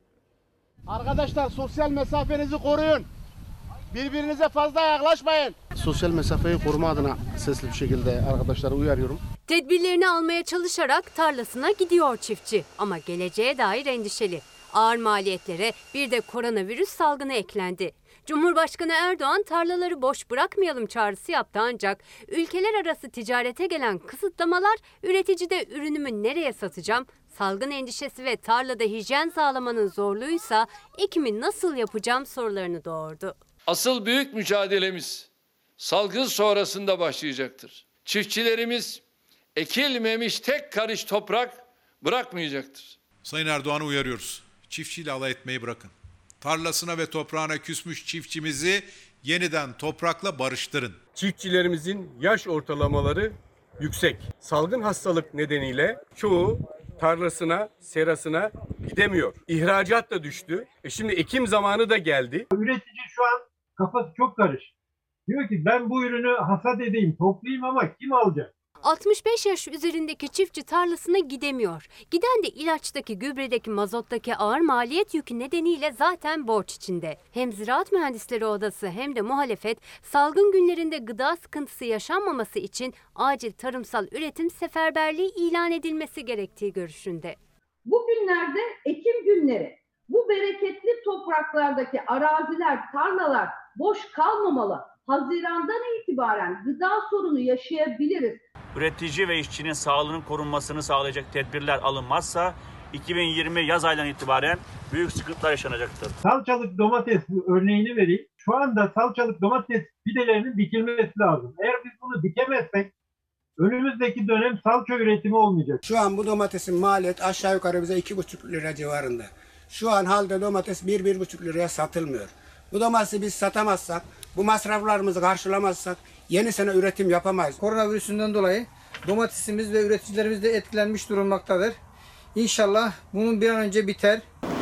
Arkadaşlar sosyal mesafenizi koruyun. Birbirinize fazla yaklaşmayın. Sosyal mesafeyi koruma adına sesli bir şekilde arkadaşları uyarıyorum. Tedbirlerini almaya çalışarak tarlasına gidiyor çiftçi ama geleceğe dair endişeli. Ağır maliyetlere bir de koronavirüs salgını eklendi. Cumhurbaşkanı Erdoğan tarlaları boş bırakmayalım çağrısı yaptı ancak ülkeler arası ticarete gelen kısıtlamalar üreticide ürünümü nereye satacağım, salgın endişesi ve tarlada hijyen sağlamanın zorluğuysa ekimi nasıl yapacağım sorularını doğurdu. Asıl büyük mücadelemiz salgın sonrasında başlayacaktır. Çiftçilerimiz ekilmemiş tek karış toprak bırakmayacaktır. Sayın Erdoğan'ı uyarıyoruz. Çiftçiyle alay etmeyi bırakın. Tarlasına ve toprağına küsmüş çiftçimizi yeniden toprakla barıştırın. Çiftçilerimizin yaş ortalamaları yüksek. Salgın hastalık nedeniyle çoğu tarlasına, serasına gidemiyor. İhracat da düştü. Şimdi ekim zamanı da geldi. Üretici şu an kafası çok karışık. Diyor ki ben bu ürünü hasat edeyim, toplayayım ama kim alacak? 65 yaş üzerindeki çiftçi tarlasına gidemiyor. Giden de ilaçtaki, gübredeki, mazottaki ağır maliyet yükü nedeniyle zaten borç içinde. Hem Ziraat Mühendisleri Odası hem de muhalefet salgın günlerinde gıda sıkıntısı yaşanmaması için acil tarımsal üretim seferberliği ilan edilmesi gerektiği görüşünde. Bu günlerde ekim günleri, bu bereketli topraklardaki araziler, tarlalar boş kalmamalı. Haziran'dan itibaren gıda sorunu yaşayabiliriz. Üretici ve işçinin sağlığının korunmasını sağlayacak tedbirler alınmazsa 2020 yaz aylarından itibaren büyük sıkıntılar yaşanacaktır. Salçalık domates örneğini vereyim. Şu anda salçalık domates fidelerinin dikilmesi lazım. Eğer biz bunu dikemezsek önümüzdeki dönem salça üretimi olmayacak. Şu an bu domatesin maliyet aşağı yukarı bize 2,5 lira civarında. Şu an halde domates 1-1,5 liraya satılmıyor. Bu domatesi biz satamazsak, bu masraflarımızı karşılamazsak yeni sene üretim yapamayız. Koronavirüsünden dolayı domatesimiz ve üreticilerimiz de etkilenmiş durumdadır. İnşallah bunun bir an önce biter.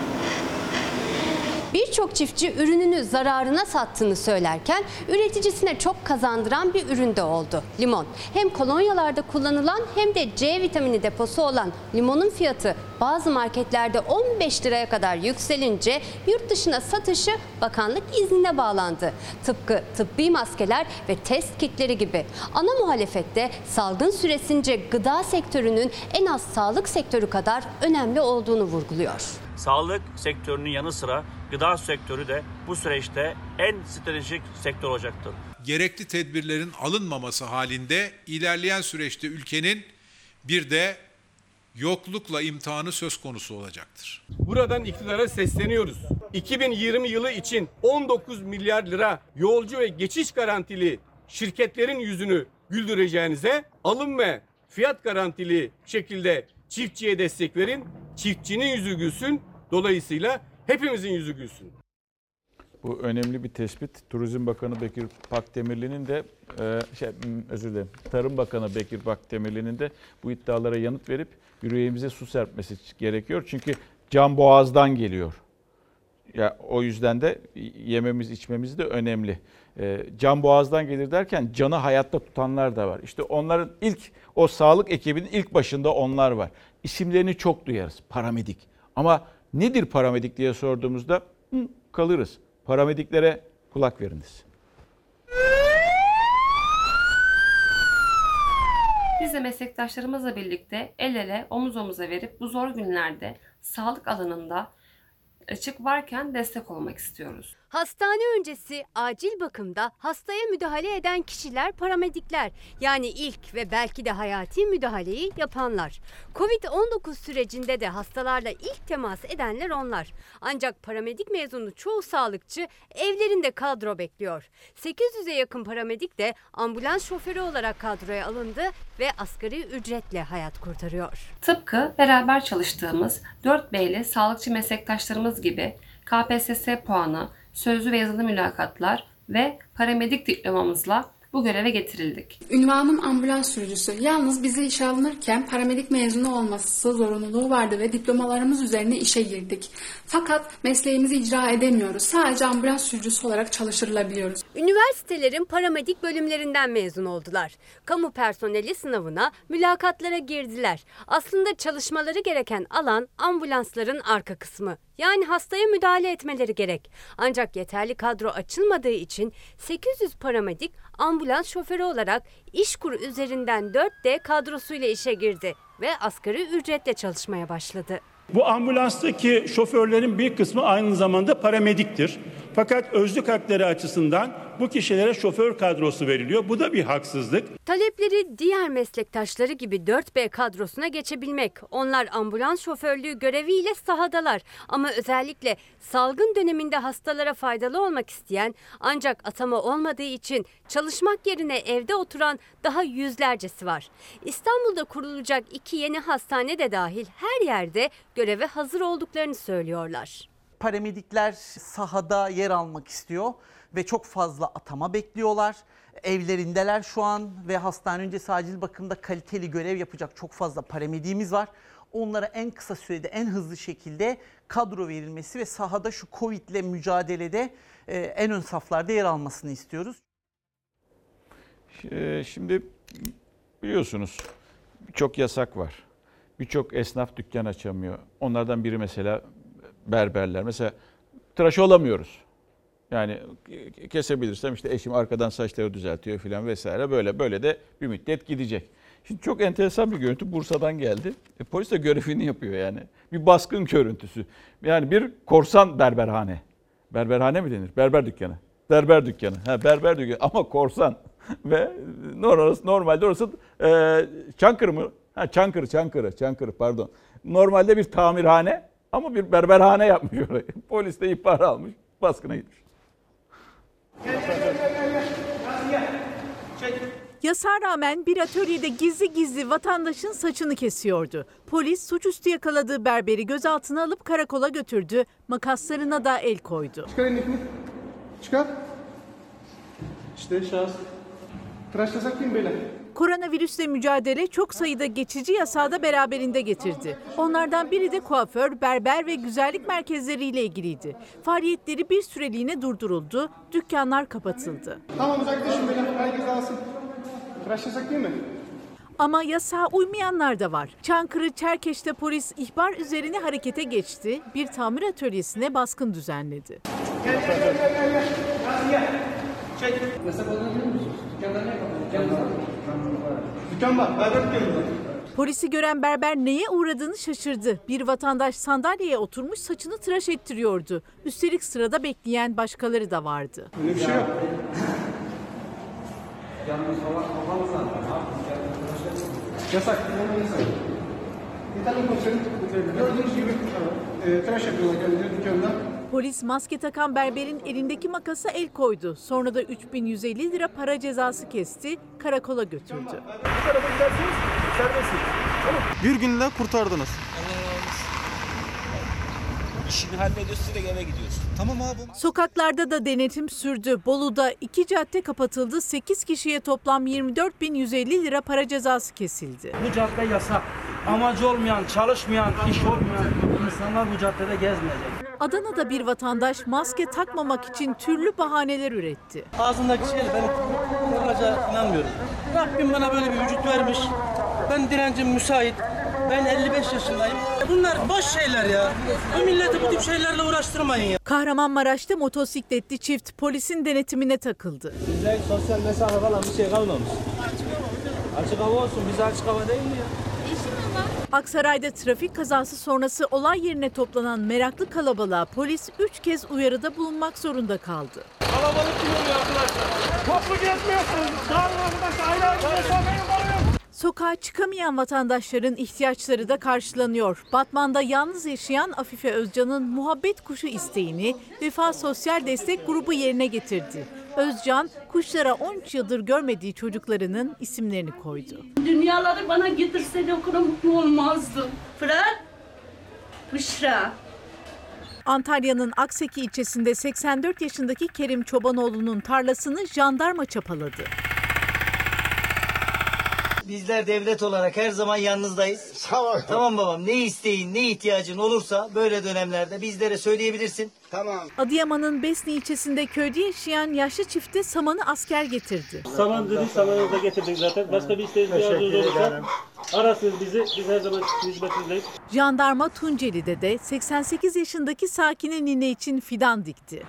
Birçok çiftçi ürününü zararına sattığını söylerken üreticisine çok kazandıran bir ürün de oldu. Limon. Hem kolonyalarda kullanılan hem de C vitamini deposu olan limonun fiyatı bazı marketlerde 15 liraya kadar yükselince yurt dışına satışı bakanlık iznine bağlandı. Tıpkı tıbbi maskeler ve test kitleri gibi. Ana muhalefette salgın süresince gıda sektörünün en az sağlık sektörü kadar önemli olduğunu vurguluyor. Sağlık sektörünün yanı sıra gıda sektörü de bu süreçte en stratejik sektör olacaktır. Gerekli tedbirlerin alınmaması halinde ilerleyen süreçte ülkenin bir de yoklukla imtihanı söz konusu olacaktır. Buradan iktidara sesleniyoruz. 2020 yılı için 19 milyar lira yolcu ve geçiş garantili şirketlerin yüzünü güldüreceğinize alım ve fiyat garantili şekilde çiftçiye destek verin. Çiftçinin yüzü gülsün. Dolayısıyla hepimizin yüzü gülsün. Bu önemli bir tespit. Turizm Bakanı Bekir Pakdemirli'nin de Tarım Bakanı Bekir Pakdemirli'nin de bu iddialara yanıt verip yüreğimize su serpmesi gerekiyor. Çünkü can boğazdan geliyor. Ya o yüzden de yememiz içmemiz de önemli. Can boğazdan gelir derken canı hayatta tutanlar da var. İşte onların o sağlık ekibinin ilk başında onlar var. İsimlerini çok duyarız. Paramedik. Ama nedir paramedik diye sorduğumuzda kalırız. Paramediklere kulak veriniz. Biz de meslektaşlarımızla birlikte el ele, omuz omuza verip bu zor günlerde sağlık alanında açık varken destek olmak istiyoruz. Hastane öncesi acil bakımda hastaya müdahale eden kişiler paramedikler. Yani ilk ve belki de hayati müdahaleyi yapanlar. Covid-19 sürecinde de hastalarla ilk temas edenler onlar. Ancak paramedik mezunu çoğu sağlıkçı evlerinde kadro bekliyor. 800'e yakın paramedik de ambulans şoförü olarak kadroya alındı ve asgari ücretle hayat kurtarıyor. Tıpkı beraber çalıştığımız 4B'li sağlıkçı meslektaşlarımız gibi KPSS puanı, sözlü ve yazılı mülakatlar ve paramedik diplomamızla bu göreve getirildik. Ünvanım ambulans sürücüsü. Yalnız bize işe alınırken paramedik mezunu olması zorunluluğu vardı ve diplomalarımız üzerine işe girdik. Fakat mesleğimizi icra edemiyoruz. Sadece ambulans sürücüsü olarak çalıştırılabiliyoruz. Üniversitelerin paramedik bölümlerinden mezun oldular. Kamu personeli sınavına, mülakatlara girdiler. Aslında çalışmaları gereken alan ambulansların arka kısmı. Yani hastaya müdahale etmeleri gerek. Ancak yeterli kadro açılmadığı için 800 paramedik ambulans şoförü olarak İşkur üzerinden 4D kadrosuyla işe girdi ve asgari ücretle çalışmaya başladı. Bu ambulanstaki şoförlerin bir kısmı aynı zamanda paramediktir. Fakat özlük hakları açısından bu kişilere şoför kadrosu veriliyor. Bu da bir haksızlık. Talepleri diğer meslektaşları gibi 4B kadrosuna geçebilmek. Onlar ambulans şoförlüğü göreviyle sahadalar. Ama özellikle salgın döneminde hastalara faydalı olmak isteyen ancak atama olmadığı için çalışmak yerine evde oturan daha yüzlercesi var. İstanbul'da kurulacak 2 yeni hastane de dahil her yerde göreve hazır olduklarını söylüyorlar. Paramedikler sahada yer almak istiyor ve çok fazla atama bekliyorlar. Evlerindeler şu an ve hastane öncesi acil bakımda kaliteli görev yapacak çok fazla paramediğimiz var. Onlara en kısa sürede en hızlı şekilde kadro verilmesi ve sahada şu Covid ile mücadelede en ön saflarda yer almasını istiyoruz. Şimdi biliyorsunuz birçok yasak var. Birçok esnaf dükkan açamıyor. Onlardan biri mesela berberler. Mesela tıraş olamıyoruz. Yani kesebilirsem işte eşim arkadan saçları düzeltiyor filan vesaire. Böyle de bir müddet gidecek. Şimdi çok enteresan bir görüntü Bursa'dan geldi. Polis de görevini yapıyor yani. Bir baskın görüntüsü. Yani bir korsan berberhane. Berberhane mi denir? Berber dükkanı. Berber dükkanı. Berber dükkanı ama korsan. Ve normalde orası Çankırı mı? Çankırı pardon. Normalde bir tamirhane ama bir berberhane yapmış orayı. Polis de ihbar almış, baskına gitmiş. Yasağa rağmen bir atölyede gizli gizli vatandaşın saçını kesiyordu. Polis suçüstü yakaladığı berberi gözaltına alıp karakola götürdü. Makaslarına da el koydu. Çıkar elini. Çıkar. İşte şahıs. Tıraşlasak kim böyle? Koronavirüsle mücadele çok sayıda geçici yasağı da beraberinde getirdi. Onlardan biri de kuaför, berber ve güzellik merkezleriyle ilgiliydi. Faaliyetleri bir süreliğine durduruldu, dükkanlar kapatıldı. Tamam uzaklaşın böyle, herkes alsın. Tıraşlasak değil mi? Ama yasağa uymayanlar da var. Çankırı Çerkeş'te polis ihbar üzerine harekete geçti, bir tamir atölyesine baskın düzenledi. Gel. Çek. Yasak olduğunu biliyor musunuz? Dükkanlar ne yapalım? Dükkan var, berber dükkanı var. Polisi gören berber neye uğradığını şaşırdı. Bir vatandaş sandalyeye oturmuş saçını tıraş ettiriyordu. Üstelik sırada bekleyen başkaları da vardı. Öyle bir şey yok. Yasak. Yeterli komiserim. Gördüğünüz gibi tıraş yapıyorlar kendileri dükkanda. Polis maske takan berberin elindeki makasa el koydu. Sonra da 3.150 lira para cezası kesti, karakola götürdü. Bu tarafa gidersiniz, serbestsiniz. Bir günle kurtardınız. İşini hallediyorsun, direkt eve gidiyorsun. Tamam abi. Sokaklarda da denetim sürdü. Bolu'da 2 cadde kapatıldı. 8 kişiye toplam 24.150 lira para cezası kesildi. Bu cadde yasak. Amacı olmayan, çalışmayan, iş olmayan insanlar bu caddede gezmeyecek. Adana'da bir vatandaş maske takmamak için türlü bahaneler üretti. Ağzındaki şeyle ben kuracağa inanmıyorum. Rabbim bana böyle bir vücut vermiş. Ben direncim müsait. Ben 55 yaşındayım. Bunlar boş şeyler ya. Bu milleti bu tip şeylerle uğraştırmayın ya. Kahramanmaraş'ta motosikletli çift polisin denetimine takıldı. Bizde sosyal mesafe falan bir şey kalmamış. Açık hava olsun, bize açık hava değil mi ya? Aksaray'da trafik kazası sonrası olay yerine toplanan meraklı kalabalığa polis 3 kez uyarıda bulunmak zorunda kaldı. Kalabalık gibi oluyor arkadaşlar. Toplu gezmiyorsunuz. Dağılın arkadaşlar. Ayrı ayrı mesafeyi koruyun. Sokağa çıkamayan vatandaşların ihtiyaçları da karşılanıyor. Batman'da yalnız yaşayan Afife Özcan'ın muhabbet kuşu isteğini Vefa Sosyal Destek Grubu yerine getirdi. Özcan, kuşlara 13 yıldır görmediği çocuklarının isimlerini koydu. Dünyaları bana getirseydi o kadar mutlu olmazdım. Fırat, Büşra. Antalya'nın Akseki ilçesinde 84 yaşındaki Kerim Çobanoğlu'nun tarlasını jandarma çapaladı. Bizler devlet olarak her zaman yanınızdayız. Tamam babam, ne isteğin, ne ihtiyacın olursa böyle dönemlerde bizlere söyleyebilirsin. Tamam. Adıyaman'ın Besni ilçesinde köyde yaşayan yaşlı çifte samanı asker getirdi. Saman dedik, samanı da getirdik zaten. Başka bir ihtiyacınız olursa arasınız bizi. Biz her zaman hizmetindeyiz. Jandarma Tunceli'de de 88 yaşındaki Sakine nine için fidan dikti.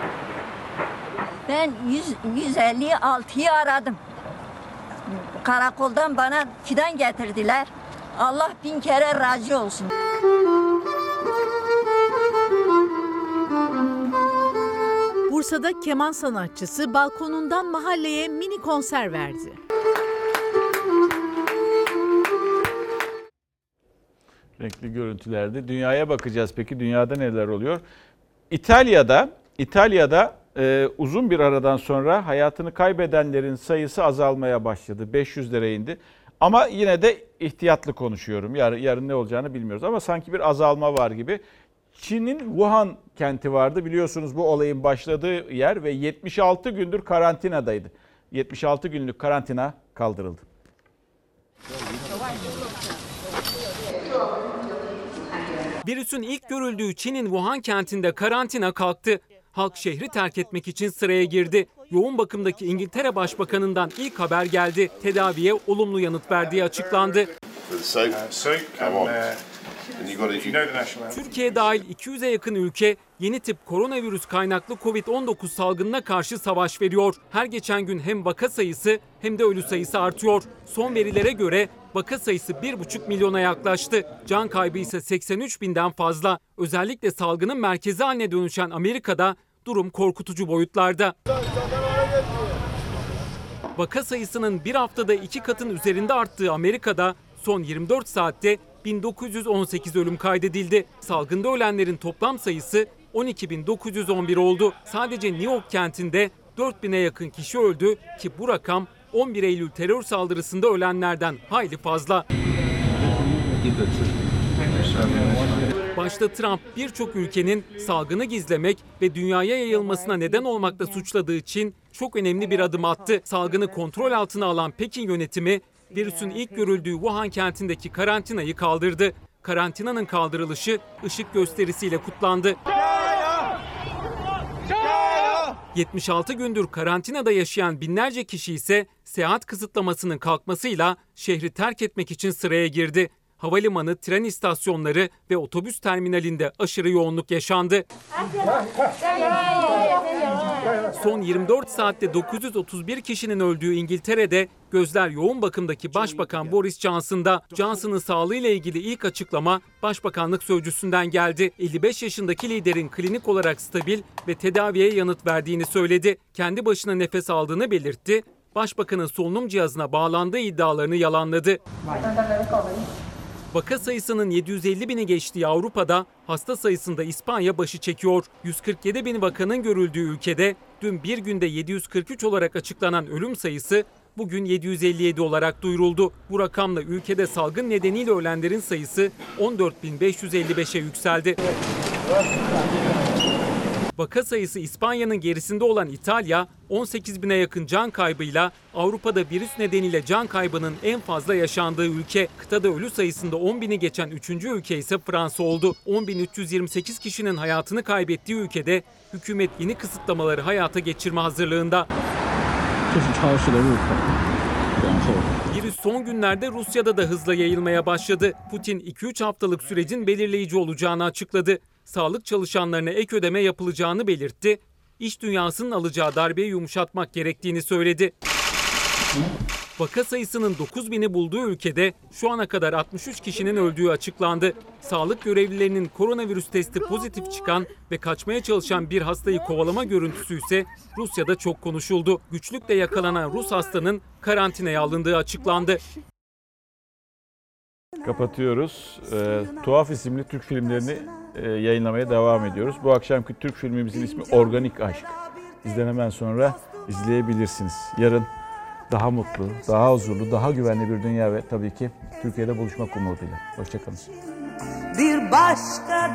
Ben 156'yı aradım. Karakoldan bana fidan getirdiler. Allah bin kere razı olsun. Bursa'da keman sanatçısı balkonundan mahalleye mini konser verdi. Renkli görüntülerde. Dünyaya bakacağız peki. Dünyada neler oluyor? İtalya'da uzun bir aradan sonra hayatını kaybedenlerin sayısı azalmaya başladı. 500'lere indi. Ama yine de ihtiyatlı konuşuyorum. Yarın ne olacağını bilmiyoruz ama sanki bir azalma var gibi. Çin'in Wuhan kenti vardı. Biliyorsunuz bu olayın başladığı yer ve 76 gündür karantinadaydı. 76 günlük karantina kaldırıldı. Virüsün ilk görüldüğü Çin'in Wuhan kentinde karantina kalktı. Halk şehri terk etmek için sıraya girdi. Yoğun bakımdaki İngiltere Başbakanı'ndan ilk haber geldi. Tedaviye olumlu yanıt verdiği açıklandı. Türkiye dahil 200'e yakın ülke yeni tip koronavirüs kaynaklı Covid-19 salgınına karşı savaş veriyor. Her geçen gün hem vaka sayısı hem de ölü sayısı artıyor. Son verilere göre vaka sayısı 1,5 milyona yaklaştı. Can kaybı ise 83 binden fazla. Özellikle salgının merkezi haline dönüşen Amerika'da durum korkutucu boyutlarda. Vaka sayısının bir haftada 2 katın üzerinde arttığı Amerika'da son 24 saatte 1918 ölüm kaydedildi. Salgında ölenlerin toplam sayısı 12.911 oldu. Sadece New York kentinde 4.000'e yakın kişi öldü ki bu rakam 11 Eylül terör saldırısında ölenlerden hayli fazla. Başta Trump birçok ülkenin salgını gizlemek ve dünyaya yayılmasına neden olmakla suçladığı Çin çok önemli bir adım attı. Salgını kontrol altına alan Pekin yönetimi virüsün ilk görüldüğü Wuhan kentindeki karantinayı kaldırdı. Karantinanın kaldırılışı ışık gösterisiyle kutlandı. 76 gündür karantinada yaşayan binlerce kişi ise seyahat kısıtlamasının kalkmasıyla şehri terk etmek için sıraya girdi. Havalimanı, tren istasyonları ve otobüs terminalinde aşırı yoğunluk yaşandı. Son 24 saatte 931 kişinin öldüğü İngiltere'de gözler yoğun bakımdaki Başbakan Boris Johnson'da. Johnson'ın sağlığıyla ilgili ilk açıklama Başbakanlık Sözcüsü'nden geldi. 55 yaşındaki liderin klinik olarak stabil ve tedaviye yanıt verdiğini söyledi. Kendi başına nefes aldığını belirtti. Başbakanın solunum cihazına bağlandığı iddialarını yalanladı. Vaka sayısının 750 bini geçtiği Avrupa'da hasta sayısında İspanya başı çekiyor. 147 bin vakanın görüldüğü ülkede dün bir günde 743 olarak açıklanan ölüm sayısı bugün 757 olarak duyuruldu. Bu rakamla ülkede salgın nedeniyle ölenlerin sayısı 14.555'e yükseldi. Vaka sayısı İspanya'nın gerisinde olan İtalya, 18 bine yakın can kaybıyla Avrupa'da virüs nedeniyle can kaybının en fazla yaşandığı ülke. Kıtada ölü sayısında 10 bini geçen 3. ülke ise Fransa oldu. 10.328 kişinin hayatını kaybettiği ülkede hükümet yeni kısıtlamaları hayata geçirme hazırlığında. Virüs son günlerde Rusya'da da hızla yayılmaya başladı. Putin 2-3 haftalık sürecin belirleyici olacağını açıkladı. Sağlık çalışanlarına ek ödeme yapılacağını belirtti. İş dünyasının alacağı darbeyi yumuşatmak gerektiğini söyledi. Vaka sayısının 9.000'i bulduğu ülkede şu ana kadar 63 kişinin öldüğü açıklandı. Sağlık görevlilerinin koronavirüs testi pozitif çıkan ve kaçmaya çalışan bir hastayı kovalama görüntüsü ise Rusya'da çok konuşuldu. Güçlükle yakalanan Rus hastanın karantinaya alındığı açıklandı. Kapatıyoruz. Tuhaf isimli Türk filmlerini yayınlamaya devam ediyoruz. Bu akşamki Türk filmimizin ismi Organik Aşk. Bizden hemen sonra izleyebilirsiniz. Yarın daha mutlu, daha huzurlu, daha güvenli bir dünya ve tabii ki Türkiye'de buluşmak umuduyla. Hoşça kalın. Bir başka